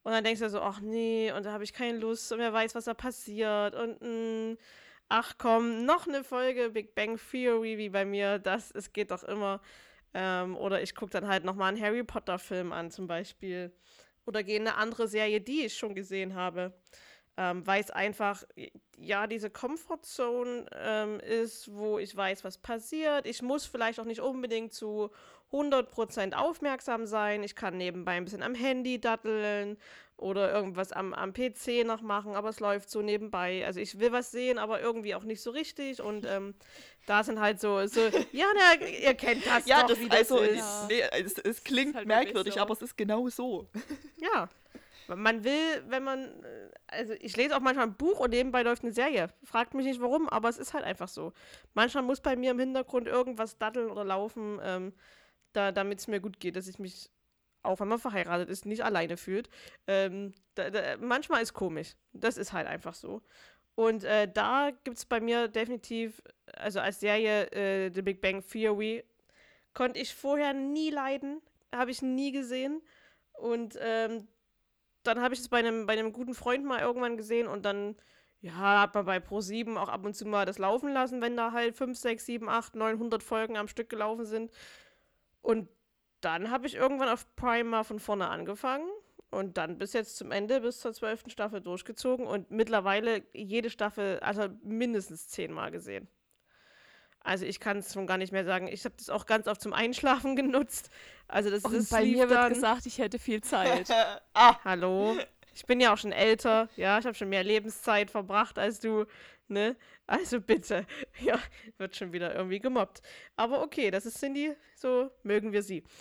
Und dann denkst du so, ach nee, und da habe ich keine Lust und wer weiß, was da passiert. Und ach komm, noch eine Folge Big Bang Theory wie bei mir, es geht doch immer. Oder ich gucke dann halt nochmal einen Harry Potter Film an zum Beispiel. Oder gehe in eine andere Serie, die ich schon gesehen habe. Weil es einfach, ja, diese Comfortzone ist, wo ich weiß, was passiert. Ich muss vielleicht auch nicht unbedingt zu 100% aufmerksam sein. Ich kann nebenbei ein bisschen am Handy datteln oder irgendwas am PC noch machen, aber es läuft so nebenbei. Also ich will was sehen, aber irgendwie auch nicht so richtig. Und da sind halt so ja, na, ihr kennt das Ja, doch, das, wie das also, ist. nee, es klingt halt wirklich merkwürdig, so. aber es ist genau so. Ja. Man will, wenn man, also ich lese auch manchmal ein Buch und nebenbei läuft eine Serie. Fragt mich nicht warum, aber es ist halt einfach so. Manchmal muss bei mir im Hintergrund irgendwas datteln oder laufen, damit es mir gut geht, dass ich mich, auch wenn man verheiratet ist, nicht alleine fühlt. Manchmal ist komisch. Das ist halt einfach so. Und da gibt es bei mir definitiv, also als Serie The Big Bang Theory, konnte ich vorher nie leiden, habe ich nie gesehen. Und dann habe ich es bei einem guten Freund mal irgendwann gesehen und dann, ja, hat man bei Pro7 auch ab und zu mal das laufen lassen, wenn da halt 5, 6, 7, 8, 900 Folgen am Stück gelaufen sind. Und dann habe ich irgendwann auf Prime mal von vorne angefangen und dann bis jetzt zum Ende, bis zur 12. Staffel durchgezogen und mittlerweile jede Staffel, also mindestens 10-mal gesehen. Also ich kann es schon gar nicht mehr sagen. Ich habe das auch ganz oft zum Einschlafen genutzt. Also das Und ist bei mir wird gesagt, ich hätte viel Zeit. Hallo? Ich bin ja auch schon älter. Ja, ich habe schon mehr Lebenszeit verbracht als du. Ne? Also bitte. Ja, wird schon wieder irgendwie gemobbt. Aber okay, das ist Cindy. So mögen wir sie.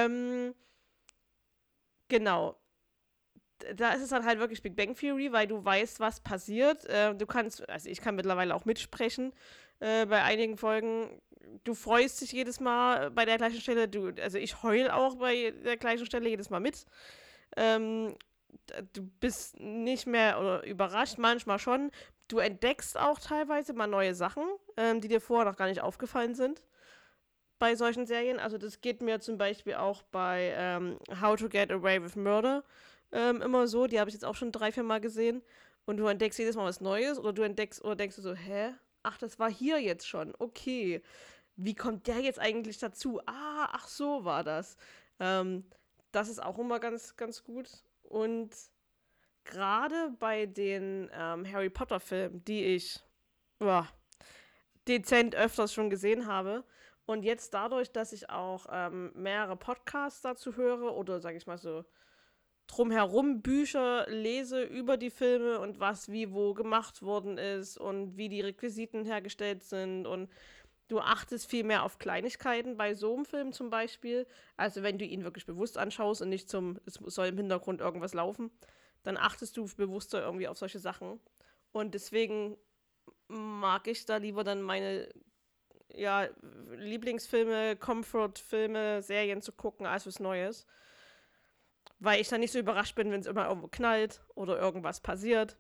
Genau. Da ist es dann halt wirklich Big Bang Theory, weil du weißt, was passiert. Du kannst, also ich kann mittlerweile auch mitsprechen bei einigen Folgen. Du freust dich jedes Mal bei der gleichen Stelle. Also ich heul auch bei der gleichen Stelle jedes Mal mit. Du bist nicht mehr oder überrascht, manchmal schon. Du entdeckst auch teilweise mal neue Sachen, die dir vorher noch gar nicht aufgefallen sind bei solchen Serien. Also das geht mir zum Beispiel auch bei How to Get Away with Murder immer so. Die habe ich jetzt auch schon 3, 4 Mal gesehen. Und du entdeckst jedes Mal was Neues oder du entdeckst oder denkst du so, hä? Ach, das war hier jetzt schon. Okay. Wie kommt der jetzt eigentlich dazu? Ah, ach so war das. Das ist auch immer ganz, ganz gut. Und gerade bei den Harry Potter Filmen, die ich dezent öfters schon gesehen habe, und jetzt dadurch, dass ich auch mehrere Podcasts dazu höre oder, sag ich mal so, drumherum Bücher lese über die Filme und was wie wo gemacht worden ist und wie die Requisiten hergestellt sind und du achtest viel mehr auf Kleinigkeiten bei so einem Film zum Beispiel, also wenn du ihn wirklich bewusst anschaust und nicht es soll im Hintergrund irgendwas laufen, dann achtest du bewusster irgendwie auf solche Sachen und deswegen mag ich da lieber dann meine Lieblingsfilme, Comfort-Filme, Serien zu gucken als was Neues. Weil ich dann nicht so überrascht bin, wenn es immer irgendwo knallt oder irgendwas passiert.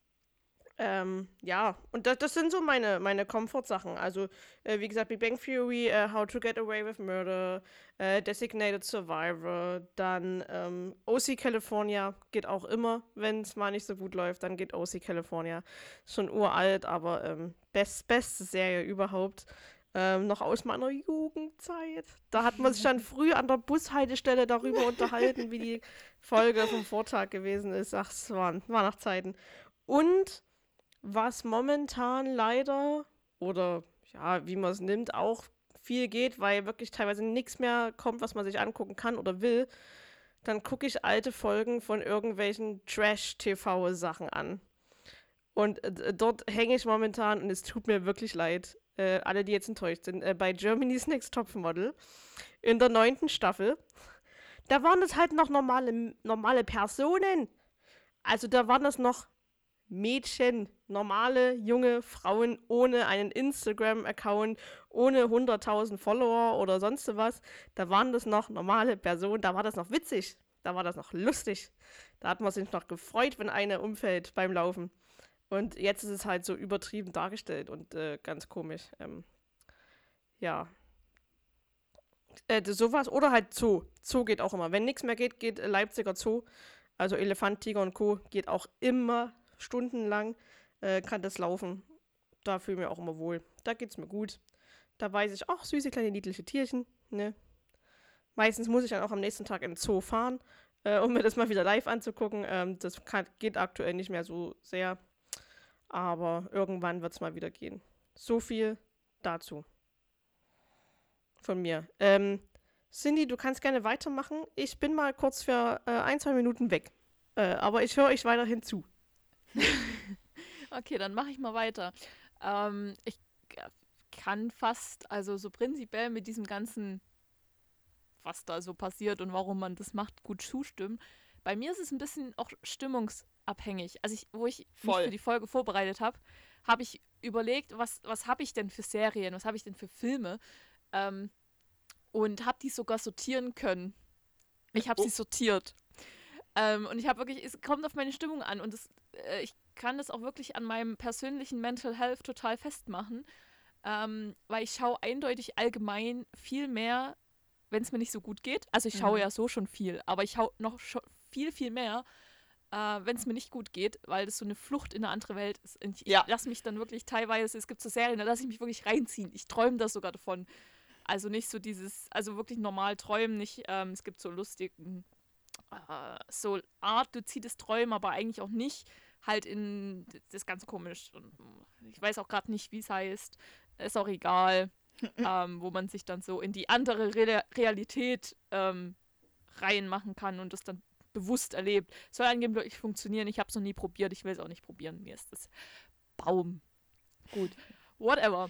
Und das sind so meine Comfort-Sachen. Also, wie gesagt, Big Bang Theory, How to Get Away with Murder, Designated Survivor, dann OC California geht auch immer, wenn es mal nicht so gut läuft, dann geht OC California. Schon uralt, aber beste Serie überhaupt. Noch aus meiner Jugendzeit. Da hat man sich dann früh an der Bushaltestelle darüber unterhalten, wie die Folge vom Vortag gewesen ist. Ach, es war noch Zeiten. Und was momentan leider, oder ja, wie man es nimmt, auch viel geht, weil wirklich teilweise nichts mehr kommt, was man sich angucken kann oder will, dann gucke ich alte Folgen von irgendwelchen Trash-TV-Sachen an. Und dort hänge ich momentan und es tut mir wirklich leid. Alle, die jetzt enttäuscht sind, bei Germany's Next Topmodel in der 9. Staffel. Da waren das halt noch normale Personen. Also da waren das noch Mädchen, normale, junge Frauen ohne einen Instagram-Account, ohne 100.000 Follower oder sonst was. Da waren das noch normale Personen, da war das noch witzig, da war das noch lustig. Da hat man sich noch gefreut, wenn eine umfällt beim Laufen. Und jetzt ist es halt so übertrieben dargestellt und ganz komisch. Sowas oder halt Zoo. Zoo geht auch immer. Wenn nichts mehr geht, geht Leipziger Zoo. Also Elefant, Tiger und Co. geht auch immer stundenlang, kann das laufen. Da fühle ich mich auch immer wohl. Da geht's mir gut. Da weiß ich, ach, süße kleine niedliche Tierchen, ne? Meistens muss ich dann auch am nächsten Tag in den Zoo fahren, um mir das mal wieder live anzugucken. Geht aktuell nicht mehr so sehr. Aber irgendwann wird es mal wieder gehen. So viel dazu. Von mir. Cindy, du kannst gerne weitermachen. Ich bin mal kurz für 1-2 Minuten weg. Aber ich höre euch weiterhin zu. Okay, dann mache ich mal weiter. Ich kann fast, also so prinzipiell mit diesem ganzen, was da so passiert und warum man das macht, gut zustimmen. Bei mir ist es ein bisschen auch stimmungsabhängig. Also wo ich mich für die Folge vorbereitet habe, habe ich überlegt, was habe ich denn für Serien, was habe ich denn für Filme, und habe die sogar sortieren können. Ich habe sie sortiert. Und ich habe wirklich, es kommt auf meine Stimmung an und ich kann das auch wirklich an meinem persönlichen Mental Health total festmachen, weil ich schaue eindeutig allgemein viel mehr, wenn es mir nicht so gut geht. Also ich schaue ja so schon viel, aber ich schaue noch viel, viel mehr, wenn es mir nicht gut geht, weil das so eine Flucht in eine andere Welt ist. Und ich lasse mich dann wirklich teilweise, es gibt so Serien, da lasse ich mich wirklich reinziehen. Ich träume das sogar davon. Also nicht so also wirklich normal träumen, nicht, es gibt so lustigen, so Art luzides Träumen, aber eigentlich auch nicht. Halt das ist ganz komisch. Und ich weiß auch gerade nicht, wie es heißt. Ist auch egal. Wo man sich dann so in die andere Realität reinmachen kann und das dann bewusst erlebt. Soll angeblich funktionieren. Ich habe es noch nie probiert. Ich will es auch nicht probieren. Mir ist das Baum. Gut. Whatever.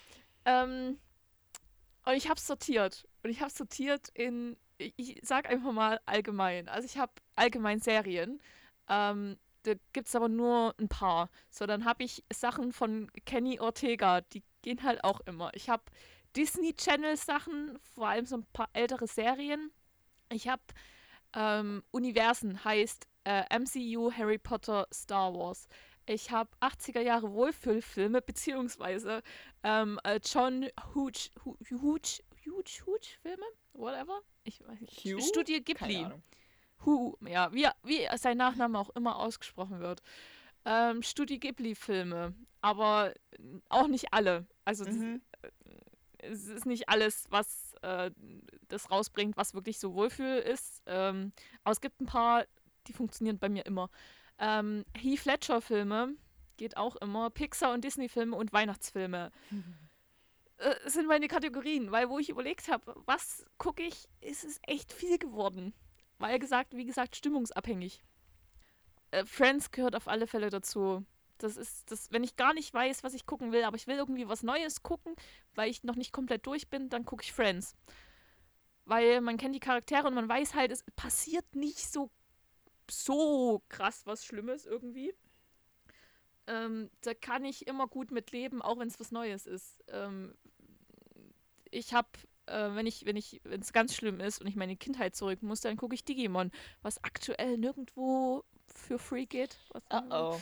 Und ich habe es sortiert. Und ich habe es sortiert ich sag einfach mal allgemein. Also ich habe allgemein Serien. Da gibt es aber nur ein paar. So, dann habe ich Sachen von Kenny Ortega. Die gehen halt auch immer. Ich habe Disney Channel Sachen, vor allem so ein paar ältere Serien. Ich habe Universen, heißt MCU, Harry Potter, Star Wars. Ich habe 80er Jahre Wohlfühlfilme, beziehungsweise John Hughes Filme, whatever. Ich weiß nicht. Studio Ghibli. Ja, wie sein Nachname auch immer ausgesprochen wird. Studio Ghibli-Filme, aber auch nicht alle. Also es ist nicht alles, was das rausbringt, was wirklich so Wohlfühl ist. Aber es gibt ein paar, die funktionieren bei mir immer. Heath Ledger-Filme geht auch immer. Pixar- und Disney-Filme und Weihnachtsfilme. Sind meine Kategorien, weil wo ich überlegt habe, was gucke ich, ist es echt viel geworden. Weil wie gesagt, stimmungsabhängig. Friends gehört auf alle Fälle dazu. Das ist das, wenn ich gar nicht weiß, was ich gucken will, aber ich will irgendwie was Neues gucken, weil ich noch nicht komplett durch bin, dann gucke ich Friends. Weil man kennt die Charaktere und man weiß halt, es passiert nicht so krass was Schlimmes irgendwie. Da kann ich immer gut mit leben, auch wenn es was Neues ist. Ich habe, wenn es ganz schlimm ist und ich meine Kindheit zurück muss, dann gucke ich Digimon, was aktuell nirgendwo für free geht. Oh.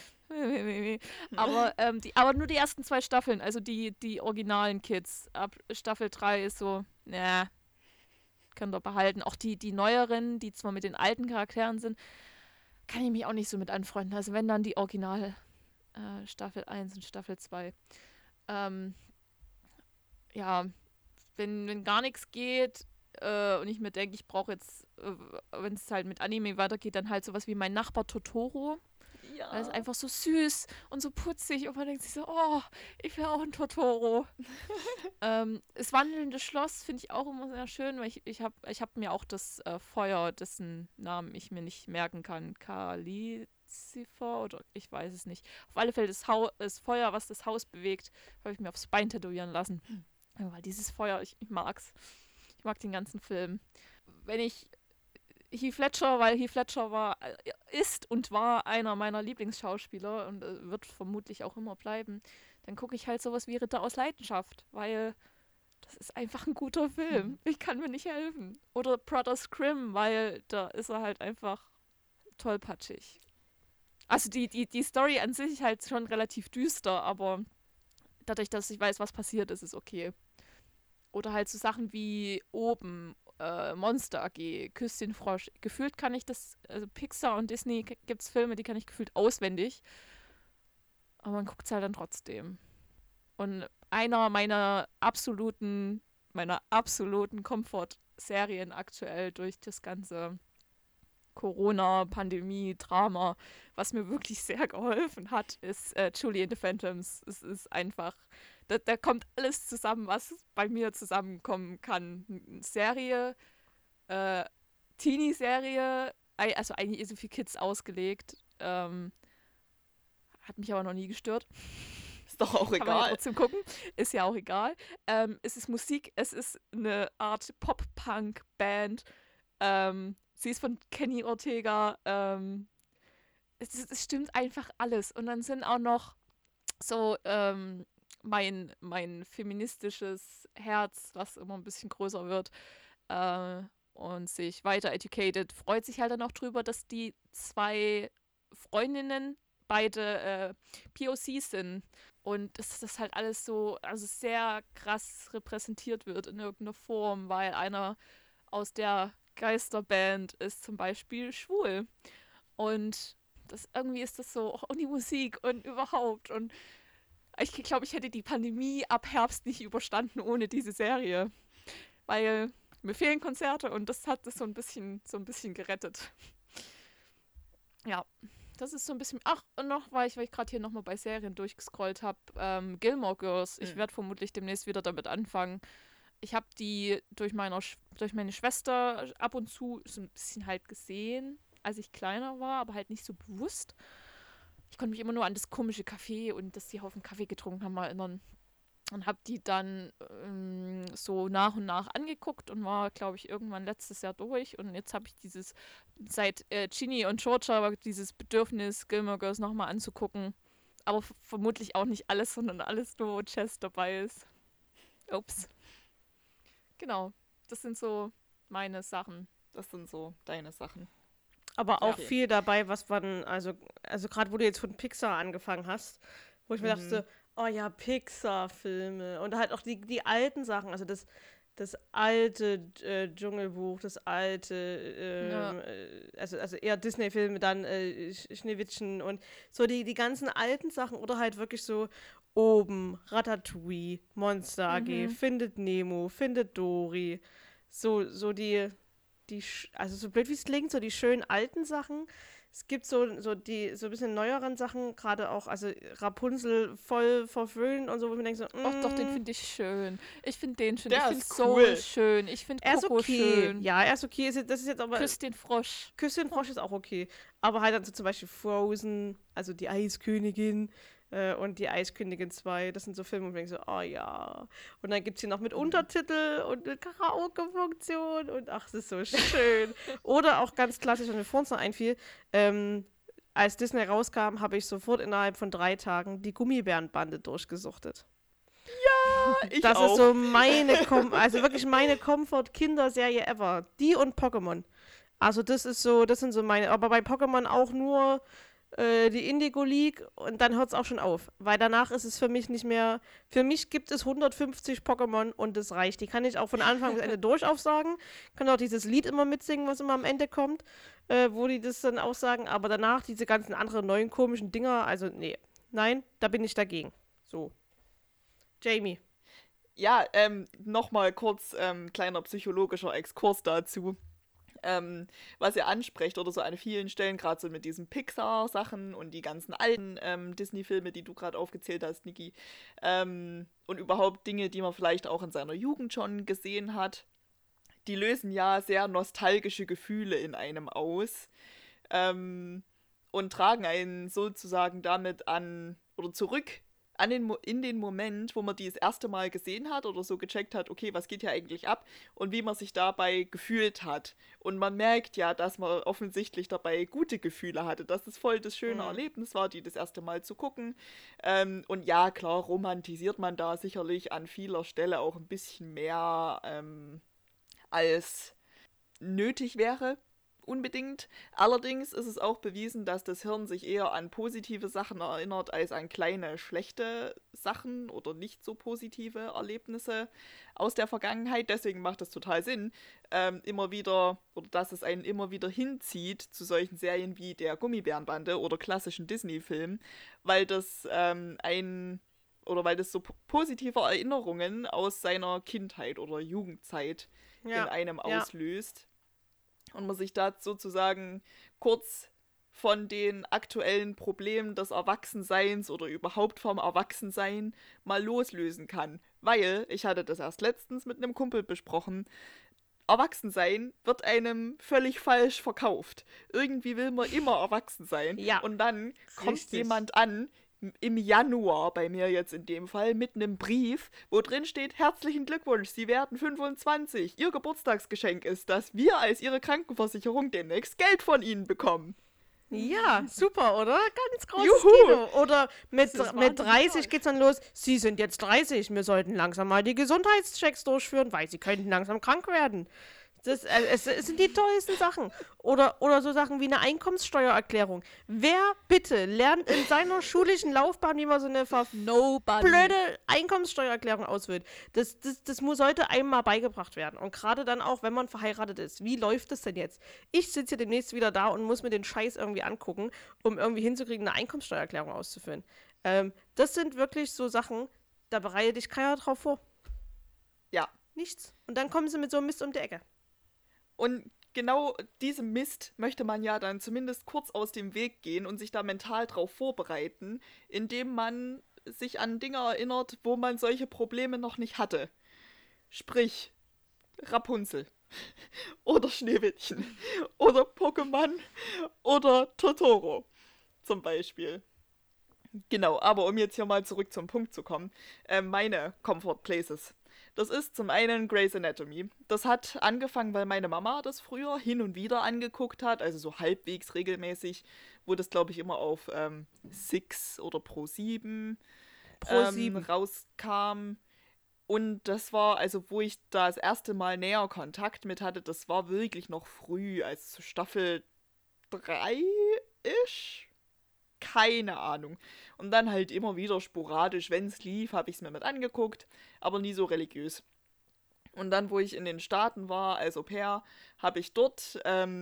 Aber nur die ersten 2 Staffeln, also die originalen Kids. Ab Staffel 3 ist so, könnt ihr behalten. Auch die neueren, die zwar mit den alten Charakteren sind, kann ich mich auch nicht so mit anfreunden. Also wenn dann die Original Staffel 1 und Staffel 2. Ja, wenn gar nichts geht und ich mir denke, ich brauche jetzt, wenn es halt mit Anime weitergeht, dann halt sowas wie Mein Nachbar Totoro. Ja. Weil es einfach so süß und so putzig und man denkt sich so, oh, ich will auch ein Totoro. Das wandelnde Schloss finde ich auch immer sehr schön, weil ich hab mir auch das Feuer, dessen Namen ich mir nicht merken kann, Kalizifer oder ich weiß es nicht. Auf alle Fälle das Feuer, was das Haus bewegt, habe ich mir aufs Bein tätowieren lassen. Weil dieses Feuer, ich mag's. Ich mag den ganzen Film. Wenn ich Heath Ledger ist und war einer meiner Lieblingsschauspieler und wird vermutlich auch immer bleiben, dann gucke ich halt sowas wie Ritter aus Leidenschaft, weil das ist einfach ein guter Film. Ich kann mir nicht helfen. Oder Brothers Grimm, weil da ist er halt einfach tollpatschig. Also die Story an sich ist halt schon relativ düster, aber dadurch, dass ich weiß, was passiert ist, ist okay. Oder halt so Sachen wie Oben, Monster AG, Küss den Frosch. Gefühlt kann ich das, also Pixar und Disney gibt es Filme, die kann ich gefühlt auswendig. Aber man guckt es halt dann trotzdem. Und einer meiner absoluten Komfort-Serien aktuell durch das ganze Corona, Pandemie, Drama, was mir wirklich sehr geholfen hat, ist Julie and the Phantoms. Es ist einfach, da kommt alles zusammen, was bei mir zusammenkommen kann. Serie, Teenie-Serie, also eigentlich ist sie für Kids ausgelegt. Hat mich aber noch nie gestört. Ist doch auch Kann man ja egal. trotzdem gucken. Ist ja auch egal. Es ist Musik, es ist eine Art Pop-Punk-Band. Sie ist von Kenny Ortega. Es stimmt einfach alles. Und dann sind auch noch so mein feministisches Herz, was immer ein bisschen größer wird und sich weiter educated, freut sich halt dann auch drüber, dass die 2 Freundinnen beide POCs sind. Und dass das halt alles so, also sehr krass repräsentiert wird in irgendeiner Form, weil einer aus der Geisterband ist zum Beispiel schwul. Und irgendwie ist das so, und die Musik und überhaupt. Und ich glaube, ich hätte die Pandemie ab Herbst nicht überstanden ohne diese Serie. Weil mir fehlen Konzerte und das hat das so ein bisschen gerettet. Ja, das ist so ein bisschen. Ach, und noch, weil ich gerade hier nochmal bei Serien durchgescrollt habe, Gilmore Girls. Ich werde vermutlich demnächst wieder damit anfangen. Ich habe die durch meine Schwester ab und zu so ein bisschen halt gesehen, als ich kleiner war, aber halt nicht so bewusst. Ich konnte mich immer nur an das komische Café und dass die Haufen Kaffee getrunken haben erinnern. Und habe die dann so nach und nach angeguckt und war, glaube ich, irgendwann letztes Jahr durch. Und jetzt habe ich seit Ginny und Georgia dieses Bedürfnis, Gilmore Girls nochmal anzugucken. Aber vermutlich auch nicht alles, sondern alles nur, wo Jess dabei ist. Ups. Genau, das sind so meine Sachen. Das sind so deine Sachen. Aber auch Okay. viel dabei, was man, also gerade wo du jetzt von Pixar angefangen hast, wo ich mir dachte, oh ja, Pixar-Filme und halt auch die alten Sachen, also das alte Dschungelbuch, das alte, also eher Disney-Filme, dann Schneewittchen und so die ganzen alten Sachen oder halt wirklich so Oben, Ratatouille, Monster AG, Findet Nemo, Findet Dory, so also so blöd wie es klingt, so die schönen alten Sachen. Es gibt so ein bisschen neueren Sachen, gerade auch, also Rapunzel voll verwöhnt und so, wo ich mir denke so, Ach doch, den finde ich schön. Ich finde den schön. Der Ich finde ist Soul cool. schön. Ich finde er ist Coco okay. schön. Ja, er ist okay. Das ist jetzt aber Küss den Frosch. Küss den Frosch ist auch okay. Aber halt dann so zum Beispiel Frozen, also die Eiskönigin und die Eiskönigin 2, das sind so Filme, wo ich denke so, oh ja. Und dann gibt es hier noch mit Untertitel und eine Karaoke-Funktion und ach, das ist so schön. Oder auch ganz klassisch, was mir vorhin noch einfiel, als Disney rauskam, habe ich sofort innerhalb von 3 Tagen die Gummibärenbande durchgesuchtet. Ich Das auch. ist so also wirklich meine Comfort-Kinderserie ever. Die und Pokémon. Also das sind so meine, aber bei Pokémon auch nur die Indigo League und dann hört es auch schon auf. Weil danach ist es für mich nicht mehr, für mich gibt es 150 Pokémon und das reicht. Die kann ich auch von Anfang bis Ende durch aufsagen. Kann auch dieses Lied immer mitsingen, was immer am Ende kommt, wo die das dann aussagen. Aber danach diese ganzen anderen neuen komischen Dinger, also nee. Nein, da bin ich dagegen. So. Jamie. Ja, nochmal kurz kleiner psychologischer Exkurs dazu. Was ihr ansprecht oder so an vielen Stellen, gerade so mit diesen Pixar-Sachen und die ganzen alten Disney-Filme, die du gerade aufgezählt hast, Niki, und überhaupt Dinge, die man vielleicht auch in seiner Jugend schon gesehen hat, die lösen ja sehr nostalgische Gefühle in einem aus und tragen einen sozusagen damit an oder zurück in den Moment, wo man die das erste Mal gesehen hat oder so gecheckt hat, okay, was geht hier eigentlich ab und wie man sich dabei gefühlt hat. Und man merkt ja, dass man offensichtlich dabei gute Gefühle hatte, dass es voll das schöne Erlebnis war, die das erste Mal zu gucken. Und ja, klar, romantisiert man da sicherlich an vieler Stelle auch ein bisschen mehr als nötig wäre, unbedingt. Allerdings ist es auch bewiesen, dass das Hirn sich eher an positive Sachen erinnert, als an kleine, schlechte Sachen oder nicht so positive Erlebnisse aus der Vergangenheit. Deswegen macht es total Sinn, immer wieder, oder dass es einen immer wieder hinzieht zu solchen Serien wie der Gummibärenbande oder klassischen Disney-Filmen, weil das weil das so positive Erinnerungen aus seiner Kindheit oder Jugendzeit in einem auslöst. Und man sich da sozusagen kurz von den aktuellen Problemen des Erwachsenseins oder überhaupt vom Erwachsensein mal loslösen kann. Weil, ich hatte das erst letztens mit einem Kumpel besprochen, Erwachsensein wird einem völlig falsch verkauft. Irgendwie will man immer erwachsen sein. Ja, und dann kommt richtig. jemand an, im Januar bei mir jetzt in dem Fall, mit einem Brief, wo drin steht: Herzlichen Glückwunsch, Sie werden 25. Ihr Geburtstagsgeschenk ist, dass wir als Ihre Krankenversicherung demnächst Geld von Ihnen bekommen. Ja, super, oder? Ganz großes Juhu. Kino. Oder mit Das ist 30 wahnsinnig geht's dann los. Sie sind jetzt 30. Wir sollten langsam mal die Gesundheitschecks durchführen, weil Sie könnten langsam krank werden. Es sind die tollsten Sachen. Oder so Sachen wie eine Einkommenssteuererklärung. Wer bitte lernt in seiner schulischen Laufbahn, wie man so eine Nobody. blöde Einkommenssteuererklärung ausfüllt? Das sollte einem mal beigebracht werden. Und gerade dann auch, wenn man verheiratet ist. Wie läuft das denn jetzt? Ich sitze hier demnächst wieder da und muss mir den Scheiß irgendwie angucken, um irgendwie hinzukriegen, eine Einkommenssteuererklärung auszufüllen. Das sind wirklich so Sachen, da bereite dich keiner drauf vor. Ja. Nichts. Und dann kommen sie mit so einem Mist um die Ecke. Und genau diesem Mist möchte man ja dann zumindest kurz aus dem Weg gehen und sich da mental drauf vorbereiten, indem man sich an Dinge erinnert, wo man solche Probleme noch nicht hatte. Sprich, Rapunzel. Oder Schneewittchen. Oder Pokémon. Oder Totoro. Zum Beispiel. Genau, aber um jetzt hier mal zurück zum Punkt zu kommen. Meine Comfort Places. Das ist zum einen Grey's Anatomy. Das hat angefangen, weil meine Mama das früher hin und wieder angeguckt hat, also so halbwegs regelmäßig, wo das, glaube ich, immer auf Six oder Pro7 rauskam. Und das war, also wo ich da das erste Mal näher Kontakt mit hatte, das war wirklich noch früh, also Staffel 3-ish? Keine Ahnung. Und dann halt immer wieder sporadisch, wenn es lief, habe ich es mir mit angeguckt, aber nie so religiös. Und dann, wo ich in den Staaten war, als Au-pair, habe ich dort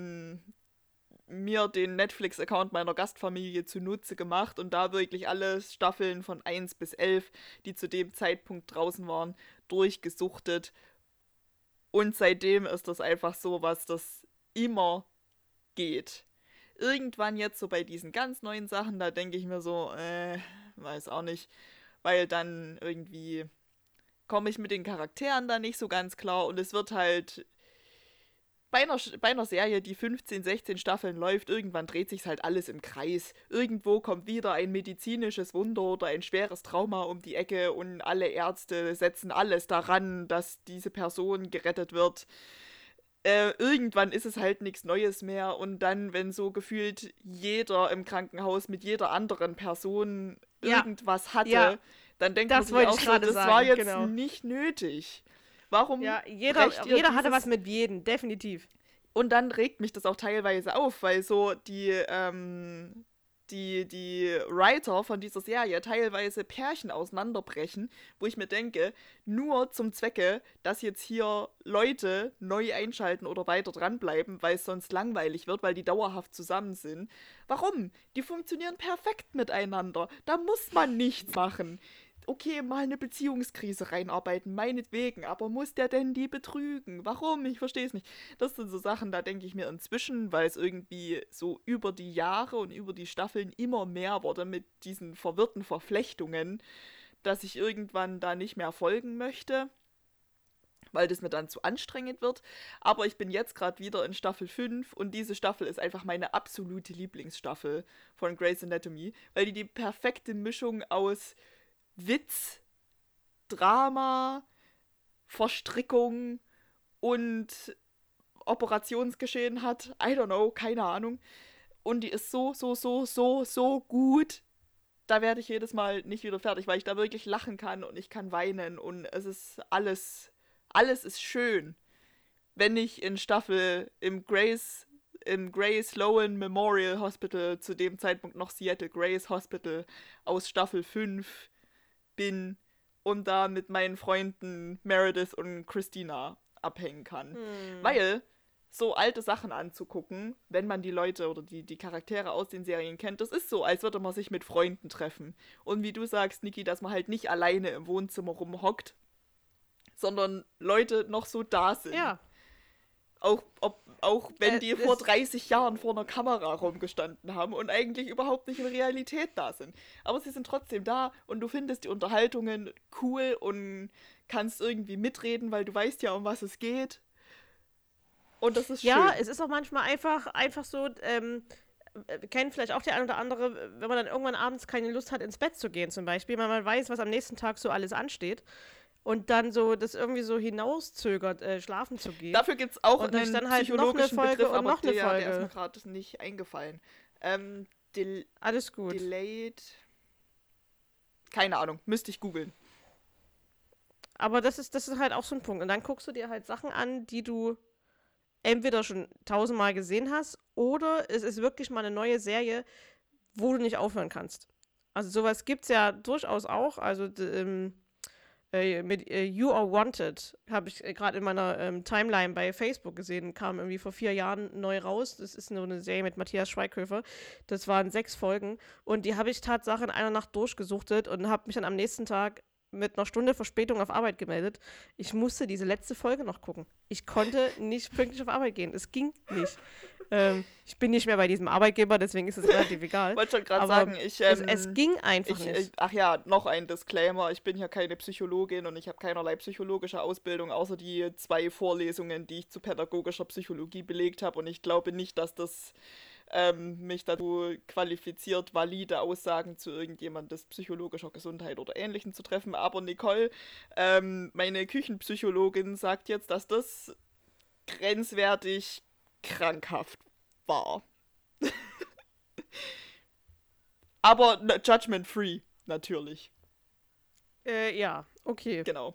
mir den Netflix-Account meiner Gastfamilie zunutze gemacht und da wirklich alle Staffeln von 1 bis 11, die zu dem Zeitpunkt draußen waren, durchgesuchtet. Und seitdem ist das einfach so, was das immer geht. Irgendwann jetzt so bei diesen ganz neuen Sachen, da denke ich mir so, weiß auch nicht, weil dann irgendwie komme ich mit den Charakteren da nicht so ganz klar und es wird halt bei einer Serie, die 15, 16 Staffeln läuft, irgendwann dreht sich halt alles im Kreis. Irgendwo kommt wieder ein medizinisches Wunder oder ein schweres Trauma um die Ecke und alle Ärzte setzen alles daran, dass diese Person gerettet wird. Irgendwann ist es halt nichts Neues mehr und dann, wenn so gefühlt jeder im Krankenhaus mit jeder anderen Person irgendwas hatte, dann denkt man sich auch so, das war jetzt nicht nötig. Warum? Ja, jeder hatte was mit jedem, definitiv. Und dann regt mich das auch teilweise auf, weil so die Writer von dieser Serie teilweise Pärchen auseinanderbrechen, wo ich mir denke, nur zum Zwecke, dass jetzt hier Leute neu einschalten oder weiter dranbleiben, weil es sonst langweilig wird, weil die dauerhaft zusammen sind. Warum? Die funktionieren perfekt miteinander. Da muss man nichts machen. Okay, mal eine Beziehungskrise reinarbeiten, meinetwegen, aber muss der denn die betrügen? Warum? Ich verstehe es nicht. Das sind so Sachen, da denke ich mir inzwischen, weil es irgendwie so über die Jahre und über die Staffeln immer mehr wurde mit diesen verwirrten Verflechtungen, dass ich irgendwann da nicht mehr folgen möchte, weil das mir dann zu anstrengend wird. Aber ich bin jetzt gerade wieder in Staffel 5 und diese Staffel ist einfach meine absolute Lieblingsstaffel von Grey's Anatomy, weil die perfekte Mischung aus Witz, Drama, Verstrickung und Operationsgeschehen hat. I don't know, keine Ahnung. Und die ist so gut. Da werde ich jedes Mal nicht wieder fertig, weil ich da wirklich lachen kann und ich kann weinen und es ist alles ist schön. Wenn ich im Grey's im Grace Sloan Memorial Hospital, zu dem Zeitpunkt noch Seattle Grace Hospital, aus Staffel 5 bin und da mit meinen Freunden Meredith und Christina abhängen kann. Weil so alte Sachen anzugucken, wenn man die Leute oder die Charaktere aus den Serien kennt, das ist so, als würde man sich mit Freunden treffen. Und wie du sagst, Niki, dass man halt nicht alleine im Wohnzimmer rumhockt, sondern Leute noch so da sind. Ja. Auch wenn die vor 30 Jahren vor einer Kamera rumgestanden haben und eigentlich überhaupt nicht in Realität da sind. Aber sie sind trotzdem da und du findest die Unterhaltungen cool und kannst irgendwie mitreden, weil du weißt ja, um was es geht. Und das ist schön. Ja, es ist auch manchmal einfach so, kennt vielleicht auch der ein oder andere, wenn man dann irgendwann abends keine Lust hat, ins Bett zu gehen zum Beispiel, weil man weiß, was am nächsten Tag so alles ansteht und dann so das irgendwie so hinauszögert, schlafen zu gehen. Dafür gibt es auch und einen dann halt noch eine psychologischen Folge Begriff, und aber noch eine der Folge. ist mir gerade nicht eingefallen. Alles gut. Delayed. Keine Ahnung, müsste ich googeln. Aber das ist halt auch so ein Punkt. Und dann guckst du dir halt Sachen an, die du entweder schon 1000-mal gesehen hast oder es ist wirklich mal eine neue Serie, wo du nicht aufhören kannst. Also sowas gibt es ja durchaus auch. Also mit You Are Wanted habe ich gerade in meiner Timeline bei Facebook gesehen, kam irgendwie vor 4 Jahren neu raus. Das ist nur eine Serie mit Matthias Schweighöfer. Das waren 6 Folgen und die habe ich Tatsache in einer Nacht durchgesuchtet und habe mich dann am nächsten Tag mit einer Stunde Verspätung auf Arbeit gemeldet. Ich musste diese letzte Folge noch gucken. Ich konnte nicht pünktlich auf Arbeit gehen. Es ging nicht. Ich bin nicht mehr bei diesem Arbeitgeber, deswegen ist es relativ egal. Ich wollte schon gerade Aber sagen, es ging einfach nicht. Ach ja, noch ein Disclaimer. Ich bin ja keine Psychologin und ich habe keinerlei psychologische Ausbildung, außer die 2 Vorlesungen, die ich zu pädagogischer Psychologie belegt habe. Und ich glaube nicht, dass das mich dazu qualifiziert, valide Aussagen zu irgendjemandes psychologischer Gesundheit oder Ähnlichem zu treffen. Aber Nicole, meine Küchenpsychologin, sagt jetzt, dass das grenzwertig krankhaft war. Aber judgment-free, natürlich. Ja, okay. Genau.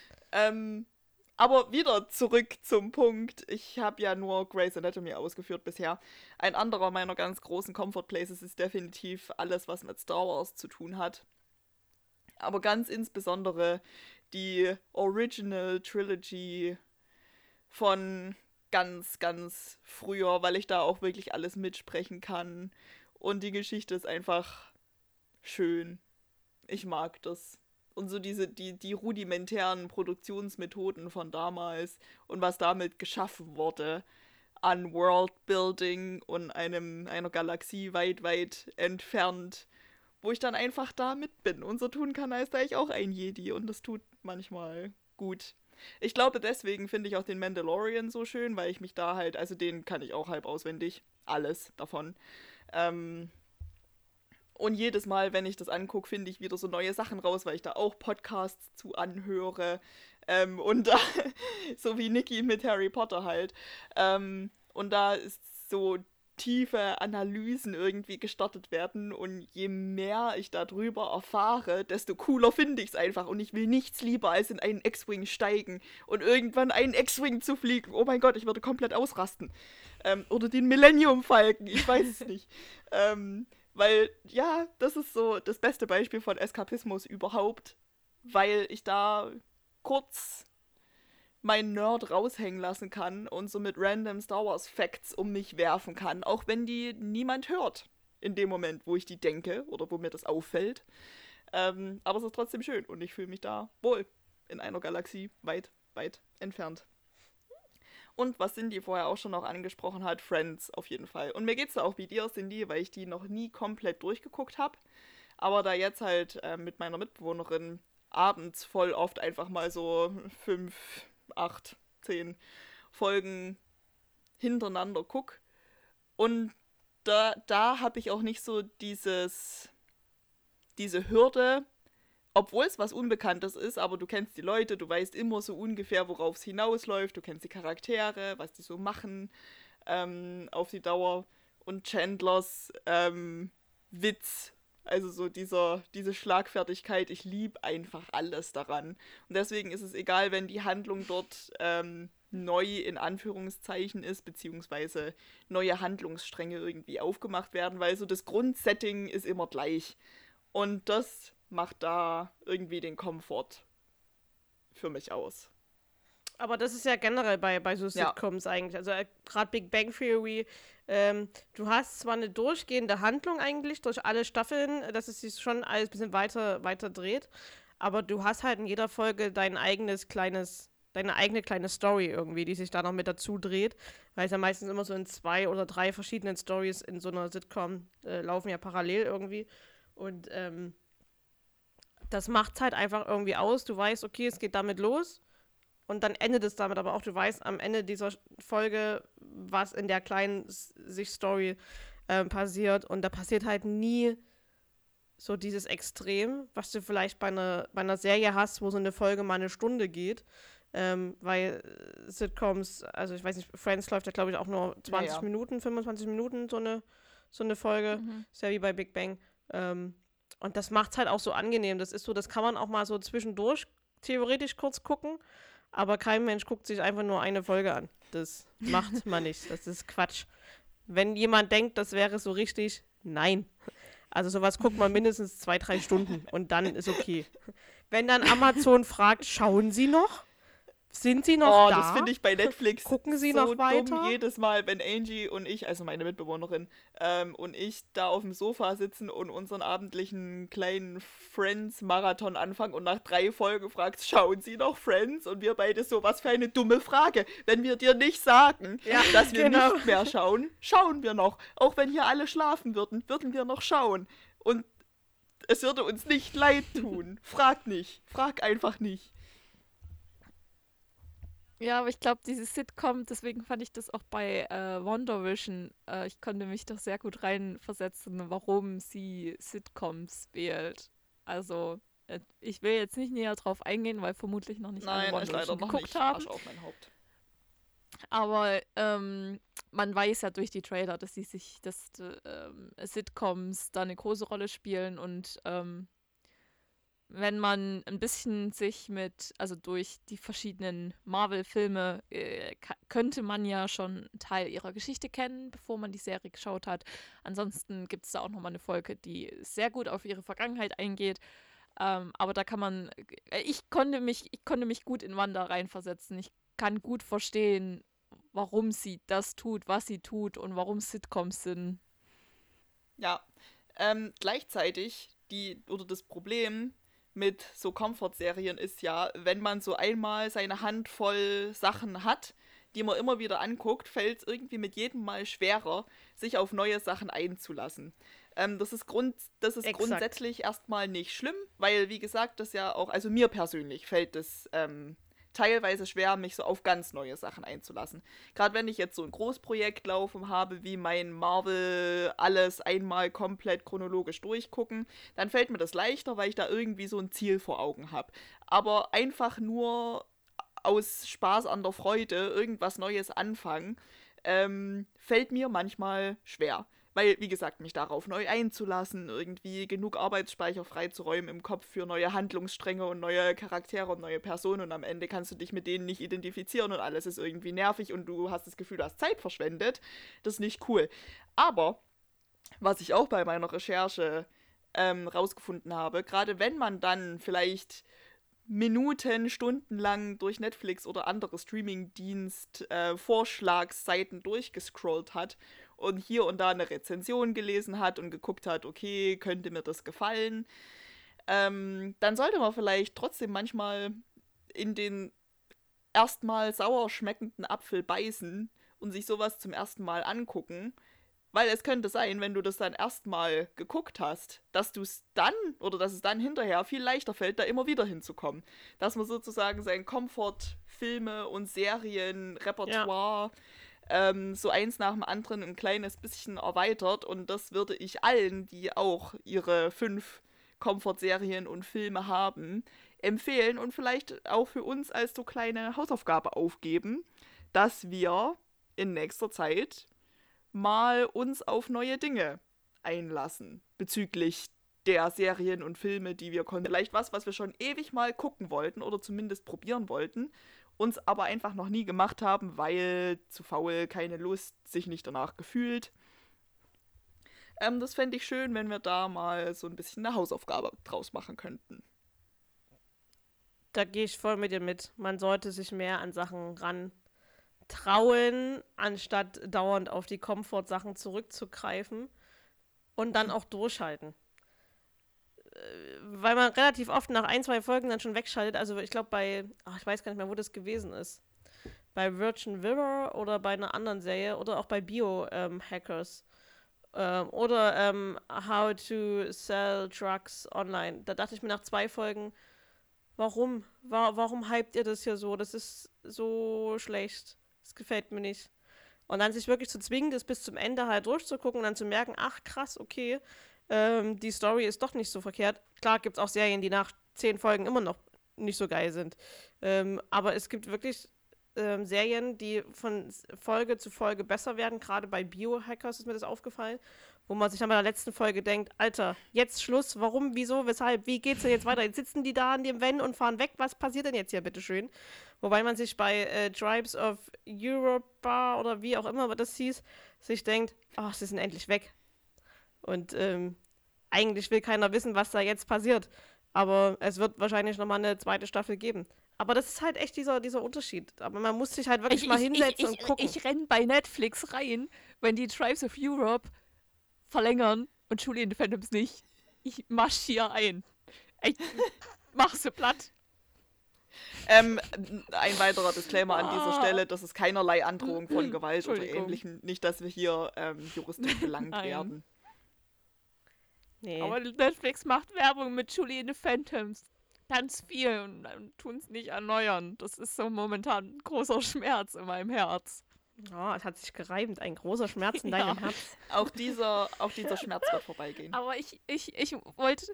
Aber wieder zurück zum Punkt. Ich habe ja nur Grey's Anatomy ausgeführt bisher. Ein anderer meiner ganz großen Comfort Places ist definitiv alles, was mit Star Wars zu tun hat. Aber ganz insbesondere die Original Trilogy von ganz, ganz früher, weil ich da auch wirklich alles mitsprechen kann. Und die Geschichte ist einfach schön. Ich mag das. Und so die rudimentären Produktionsmethoden von damals und was damit geschaffen wurde an Worldbuilding und einer Galaxie weit, weit entfernt, wo ich dann einfach da mit bin und so tun kann, als sei ich auch ein Jedi und das tut manchmal gut. Ich glaube, deswegen finde ich auch den Mandalorian so schön, weil ich mich da halt, also den kann ich auch halb auswendig, alles davon. Und jedes Mal, wenn ich das angucke, finde ich wieder so neue Sachen raus, weil ich da auch Podcasts zu anhöre. Und da, so wie Niki mit Harry Potter halt. Und da ist so tiefe Analysen irgendwie gestartet werden. Und je mehr ich darüber erfahre, desto cooler finde ich es einfach. Und ich will nichts lieber, als in einen X-Wing steigen und irgendwann einen X-Wing zu fliegen. Oh mein Gott, ich würde komplett ausrasten. Oder den Millennium Falcon, ich weiß es nicht. Weil, ja, das ist so das beste Beispiel von Eskapismus überhaupt, weil ich da kurz meinen Nerd raushängen lassen kann und so mit random Star Wars Facts um mich werfen kann, auch wenn die niemand hört in dem Moment, wo ich die denke oder wo mir das auffällt. Aber es ist trotzdem schön und ich fühle mich da wohl in einer Galaxie weit, weit entfernt. Und was Cindy vorher auch schon noch angesprochen hat, Friends auf jeden Fall. Und mir geht's da auch wie dir, Cindy, weil ich die noch nie komplett durchgeguckt habe. Aber da jetzt halt mit meiner Mitbewohnerin abends voll oft einfach mal so 5, 8, 10 Folgen hintereinander guck. Und da habe ich auch nicht so diese Hürde, obwohl es was Unbekanntes ist, aber du kennst die Leute, du weißt immer so ungefähr, worauf es hinausläuft, du kennst die Charaktere, was die so machen auf die Dauer. Und Chandlers Witz Also so diese Schlagfertigkeit, ich liebe einfach alles daran. Und deswegen ist es egal, wenn die Handlung dort neu in Anführungszeichen ist, beziehungsweise neue Handlungsstränge irgendwie aufgemacht werden, weil so das Grundsetting ist immer gleich. Und das macht da irgendwie den Komfort für mich aus. Aber das ist ja generell bei so Ja. Sitcoms eigentlich. Also gerade Big Bang Theory, du hast zwar eine durchgehende Handlung eigentlich durch alle Staffeln, dass es sich schon alles ein bisschen weiter dreht, aber du hast halt in jeder Folge deine eigene kleine Story irgendwie, die sich da noch mit dazu dreht, weil es ja meistens immer so in 2 oder 3 verschiedenen Stories in so einer Sitcom laufen ja parallel irgendwie. Und das macht es halt einfach irgendwie aus. Du weißt, okay, es geht damit los. Und dann endet es damit aber auch, du weißt am Ende dieser Folge, was in der kleinen Story passiert. Und da passiert halt nie so dieses Extrem, was du vielleicht bei einer Serie hast, wo so eine Folge mal eine Stunde geht. Weil Sitcoms, also ich weiß nicht, Friends läuft ja glaube ich auch nur 20 Minuten, 25 Minuten so eine Folge. Ist ja wie bei Big Bang. Und das macht es halt auch so angenehm. Das ist so, das kann man auch mal so zwischendurch theoretisch kurz gucken. Aber kein Mensch guckt sich einfach nur eine Folge an. Das macht man nicht. Das ist Quatsch. Wenn jemand denkt, das wäre so richtig, nein. Also sowas guckt man mindestens 2, 3 Stunden und dann ist okay. Wenn dann Amazon fragt, schauen Sie noch? Sind Sie noch da? Das finde ich bei Netflix Gucken Sie so noch weiter? dumm jedes Mal, wenn Angie und ich, also meine Mitbewohnerin, und ich da auf dem Sofa sitzen und unseren abendlichen kleinen Friends-Marathon anfangen und nach 3 Folgen fragst, schauen Sie noch Friends? Und wir beide so, was für eine dumme Frage. Wenn wir dir nicht sagen, dass wir nicht mehr schauen, schauen wir noch. Auch wenn hier alle schlafen würden wir noch schauen. Und es würde uns nicht leid tun. Frag nicht. Frag einfach nicht. Ja, aber ich glaube, dieses Sitcom, deswegen fand ich das auch bei WandaVision, ich konnte mich doch sehr gut reinversetzen, warum sie Sitcoms wählt. Also, ich will jetzt nicht näher drauf eingehen, weil vermutlich noch nicht alle WandaVision geguckt haben. Arsch auf mein Haupt. Aber man weiß ja durch die Trailer, dass Sitcoms da eine große Rolle spielen und wenn man ein bisschen sich also durch die verschiedenen Marvel-Filme, könnte man ja schon einen Teil ihrer Geschichte kennen, bevor man die Serie geschaut hat. Ansonsten gibt es da auch nochmal eine Folge, die sehr gut auf ihre Vergangenheit eingeht. Aber da kann man, ich konnte mich gut in Wanda reinversetzen. Ich kann gut verstehen, warum sie das tut, was sie tut und warum Sitcoms sind. Ja, gleichzeitig das Problem mit so Comfort-Serien ist ja, wenn man so einmal seine Handvoll Sachen hat, die man immer wieder anguckt, fällt es irgendwie mit jedem Mal schwerer, sich auf neue Sachen einzulassen. Das ist grundsätzlich erstmal nicht schlimm, weil, wie gesagt, das ja auch, also mir persönlich fällt es teilweise schwer, mich so auf ganz neue Sachen einzulassen. Gerade wenn ich jetzt so ein Großprojekt laufen habe, wie mein Marvel alles einmal komplett chronologisch durchgucken, dann fällt mir das leichter, weil ich da irgendwie so ein Ziel vor Augen habe. Aber einfach nur aus Spaß an der Freude irgendwas Neues anfangen, fällt mir manchmal schwer. Weil, wie gesagt, mich darauf neu einzulassen, irgendwie genug Arbeitsspeicher freizuräumen im Kopf für neue Handlungsstränge und neue Charaktere und neue Personen und am Ende kannst du dich mit denen nicht identifizieren und alles ist irgendwie nervig und du hast das Gefühl, du hast Zeit verschwendet. Das ist nicht cool. Aber, was ich auch bei meiner Recherche rausgefunden habe, gerade wenn man dann vielleicht Minuten, stundenlang durch Netflix oder andere Streaming-Dienst-Vorschlagsseiten durchgescrollt hat und hier und da eine Rezension gelesen hat und geguckt hat, okay, könnte mir das gefallen, dann sollte man vielleicht trotzdem manchmal in den erstmal sauer schmeckenden Apfel beißen und sich sowas zum ersten Mal angucken. Weil es könnte sein, wenn du das dann erstmal geguckt hast, dass es dann hinterher viel leichter fällt, da immer wieder hinzukommen. Dass man sozusagen sein Komfort-Filme- und Serien-Repertoire so eins nach dem anderen ein kleines bisschen erweitert. Und das würde ich allen, die auch ihre 5 Komfort-Serien und Filme haben, empfehlen und vielleicht auch für uns als so kleine Hausaufgabe aufgeben, dass wir in nächster Zeit mal uns auf neue Dinge einlassen bezüglich der Serien und Filme, die wir konnten. Vielleicht was wir schon ewig mal gucken wollten oder zumindest probieren wollten, uns aber einfach noch nie gemacht haben, weil zu faul, keine Lust, sich nicht danach gefühlt. Das fände ich schön, wenn wir da mal so ein bisschen eine Hausaufgabe draus machen könnten. Da gehe ich voll mit dir mit. Man sollte sich mehr an Sachen ran trauen, anstatt dauernd auf die Komfortsachen zurückzugreifen und dann auch durchhalten. Weil man relativ oft nach 1-2 Folgen dann schon wegschaltet. Also ich glaube ich weiß gar nicht mehr, wo das gewesen ist. Bei Virgin River oder bei einer anderen Serie oder auch bei Biohackers. Oder How to Sell Drugs Online. Da dachte ich mir nach 2 Folgen, warum? Warum hypt ihr das hier so? Das ist so schlecht. Das gefällt mir nicht. Und dann sich wirklich zu zwingen, das bis zum Ende halt durchzugucken und dann zu merken, ach krass, okay, die Story ist doch nicht so verkehrt. Klar gibt es auch Serien, die nach 10 Folgen immer noch nicht so geil sind. Aber es gibt wirklich Serien, die von Folge zu Folge besser werden. Gerade bei Biohackers ist mir das aufgefallen, wo man sich dann bei der letzten Folge denkt, Alter, jetzt Schluss, warum, wieso, weshalb, wie geht's denn jetzt weiter? Jetzt sitzen die da an dem Van und fahren weg, was passiert denn jetzt hier, bitteschön? Wobei man sich bei Tribes of Europa oder wie auch immer das hieß, sich denkt, ach, sie sind endlich weg. Und eigentlich will keiner wissen, was da jetzt passiert. Aber es wird wahrscheinlich nochmal eine 2. Staffel geben. Aber das ist halt echt dieser Unterschied. Aber man muss sich halt wirklich mal hinsetzen und gucken. Ich renne bei Netflix rein, wenn die Tribes of Europe verlängern und Julie in the Phantoms nicht. Ich marschiere ein. Ich mach sie platt. Ein weiterer Disclaimer an dieser Stelle, das ist keinerlei Androhung von Gewalt oder Ähnlichem. Nicht, dass wir hier juristisch belangt werden. Nee. Aber Netflix macht Werbung mit Julie in the Phantoms. Ganz viel und tun es nicht erneuern. Das ist so momentan ein großer Schmerz in meinem Herz. Oh, es hat sich gereimt. Ein großer Schmerz in deinem Herz. Auch dieser Schmerz wird vorbeigehen. Aber ich wollte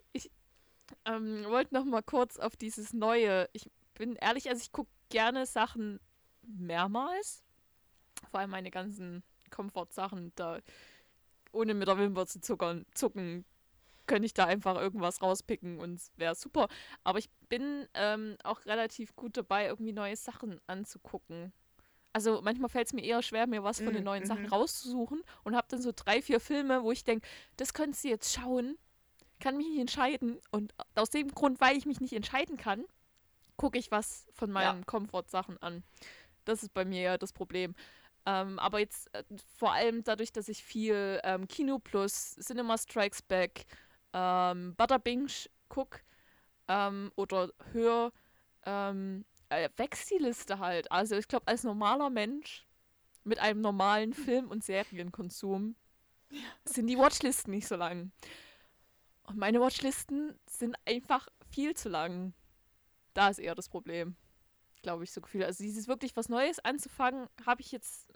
noch mal kurz auf dieses Neue. Ich bin ehrlich, also ich gucke gerne Sachen mehrmals. Vor allem meine ganzen Komfortsachen, da ohne mit der Wimper zu zucken, könnte ich da einfach irgendwas rauspicken und es wäre super. Aber ich bin auch relativ gut dabei, irgendwie neue Sachen anzugucken. Also manchmal fällt es mir eher schwer, mir was von den neuen Sachen rauszusuchen und habe dann so 3, 4 Filme, wo ich denke, das könntest du jetzt schauen, kann mich nicht entscheiden. Und aus dem Grund, weil ich mich nicht entscheiden kann, gucke ich was von meinen Komfortsachen an. Das ist bei mir ja das Problem. Aber jetzt vor allem dadurch, dass ich viel Kino Plus, Cinema Strikes Back, Butterbinge guck oder höre, wächst die Liste halt. Also ich glaube, als normaler Mensch mit einem normalen Film- und Serienkonsum sind die Watchlisten nicht so lang. Und meine Watchlisten sind einfach viel zu lang. Da ist eher das Problem, glaube ich, so Gefühl. Also dieses wirklich was Neues anzufangen, habe ich jetzt,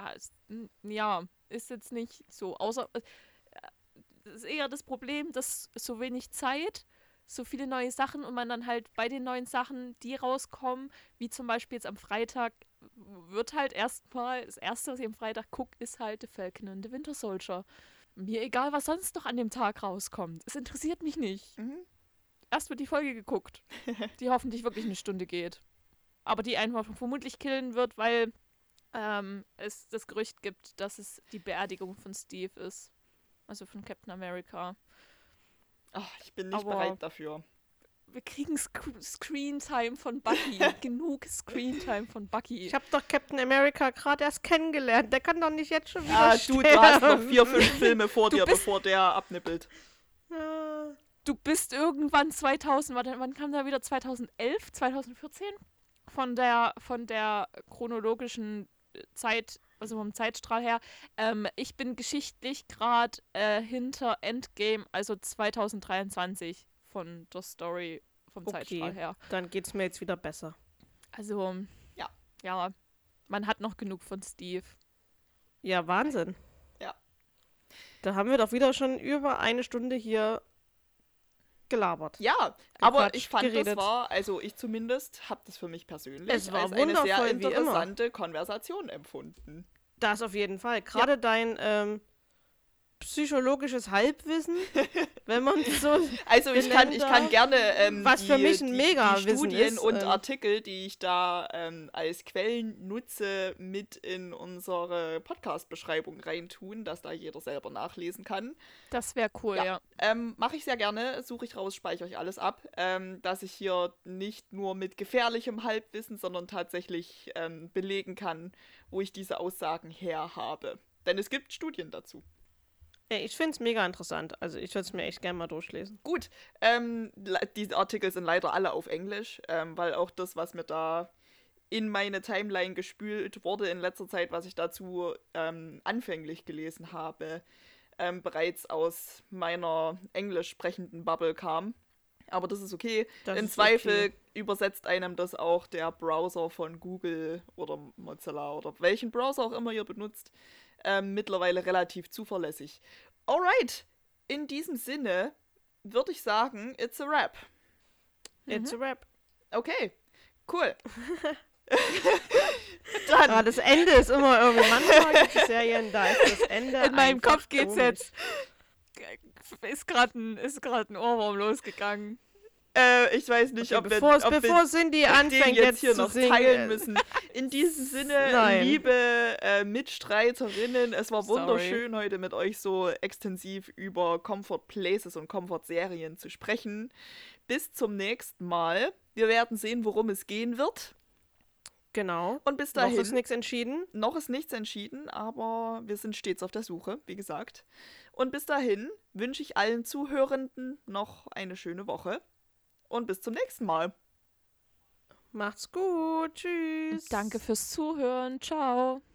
ist jetzt nicht so. Außer, das ist eher das Problem, dass so wenig Zeit, so viele neue Sachen und man dann halt bei den neuen Sachen, die rauskommen, wie zum Beispiel jetzt am Freitag, wird halt erstmal, das erste, was ich am Freitag gucke, ist halt The Falcon and the Winter Soldier. Mir egal, was sonst noch an dem Tag rauskommt. Es interessiert mich nicht. Erst wird die Folge geguckt, die hoffentlich wirklich 1 Stunde geht. Aber die einfach vermutlich killen wird, weil es das Gerücht gibt, dass es die Beerdigung von Steve ist. Also von Captain America. Ach, ich bin nicht bereit dafür. Wir kriegen Screentime von Bucky. Genug Screentime von Bucky. Ich habe doch Captain America gerade erst kennengelernt. Der kann doch nicht jetzt schon wieder sterben. Du hast noch 4, 5 Filme vor dir, bevor der abnippelt. Ja. Du bist irgendwann 2000, wann kam da wieder? 2011, 2014? Von der chronologischen Zeit, also vom Zeitstrahl her. Ich bin geschichtlich gerade hinter Endgame, also 2023 von der Story vom Zeitstrahl her. Dann geht's mir jetzt wieder besser. Also, ja, man hat noch genug von Steve. Ja, Wahnsinn. Ja. Da haben wir doch wieder schon über 1 Stunde hier gelabert. Ja, aber ich fand, das war, also ich zumindest, habe das für mich persönlich als eine sehr interessante Konversation empfunden. Das auf jeden Fall. Gerade dein psychologisches Halbwissen, wenn man so Also ich kann gerne was für mich ein die Mega-Wissen Studien ist, und Artikel, die ich da als Quellen nutze, mit in unsere Podcast-Beschreibung reintun, dass da jeder selber nachlesen kann. Das wäre cool, ja. Mache ich sehr gerne, suche ich raus, speichere ich alles ab, dass ich hier nicht nur mit gefährlichem Halbwissen, sondern tatsächlich belegen kann, wo ich diese Aussagen her habe. Denn es gibt Studien dazu. Ich finde es mega interessant. Also ich würde es mir echt gerne mal durchlesen. Gut, die Artikel sind leider alle auf Englisch, weil auch das, was mir da in meine Timeline gespült wurde in letzter Zeit, was ich dazu anfänglich gelesen habe, bereits aus meiner englisch sprechenden Bubble kam. Aber das ist okay. Im Zweifel übersetzt einem das auch der Browser von Google oder Mozilla oder welchen Browser auch immer ihr benutzt, mittlerweile relativ zuverlässig. Alright, in diesem Sinne würde ich sagen, it's a wrap. It's a wrap. Okay, cool. Dann. Aber das Ende ist immer irgendwie, manchmal gibt es Serien, da ist das Ende. In meinem Kopf geht's jetzt. Ist gerade ein Ohrwurm losgegangen. Ich weiß nicht, okay, bevor Cindy anfängt jetzt hier zu noch singen, teilen müssen. In diesem Sinne, liebe Mitstreiterinnen, es war wunderschön, heute mit euch so extensiv über Comfort Places und Comfort Serien zu sprechen. Bis zum nächsten Mal. Wir werden sehen, worum es gehen wird. Genau. Und bis dahin. Noch ist nichts entschieden. Noch ist nichts entschieden, aber wir sind stets auf der Suche, wie gesagt. Und bis dahin wünsche ich allen Zuhörenden noch eine schöne Woche. Und bis zum nächsten Mal. Macht's gut. Tschüss. Danke fürs Zuhören. Ciao.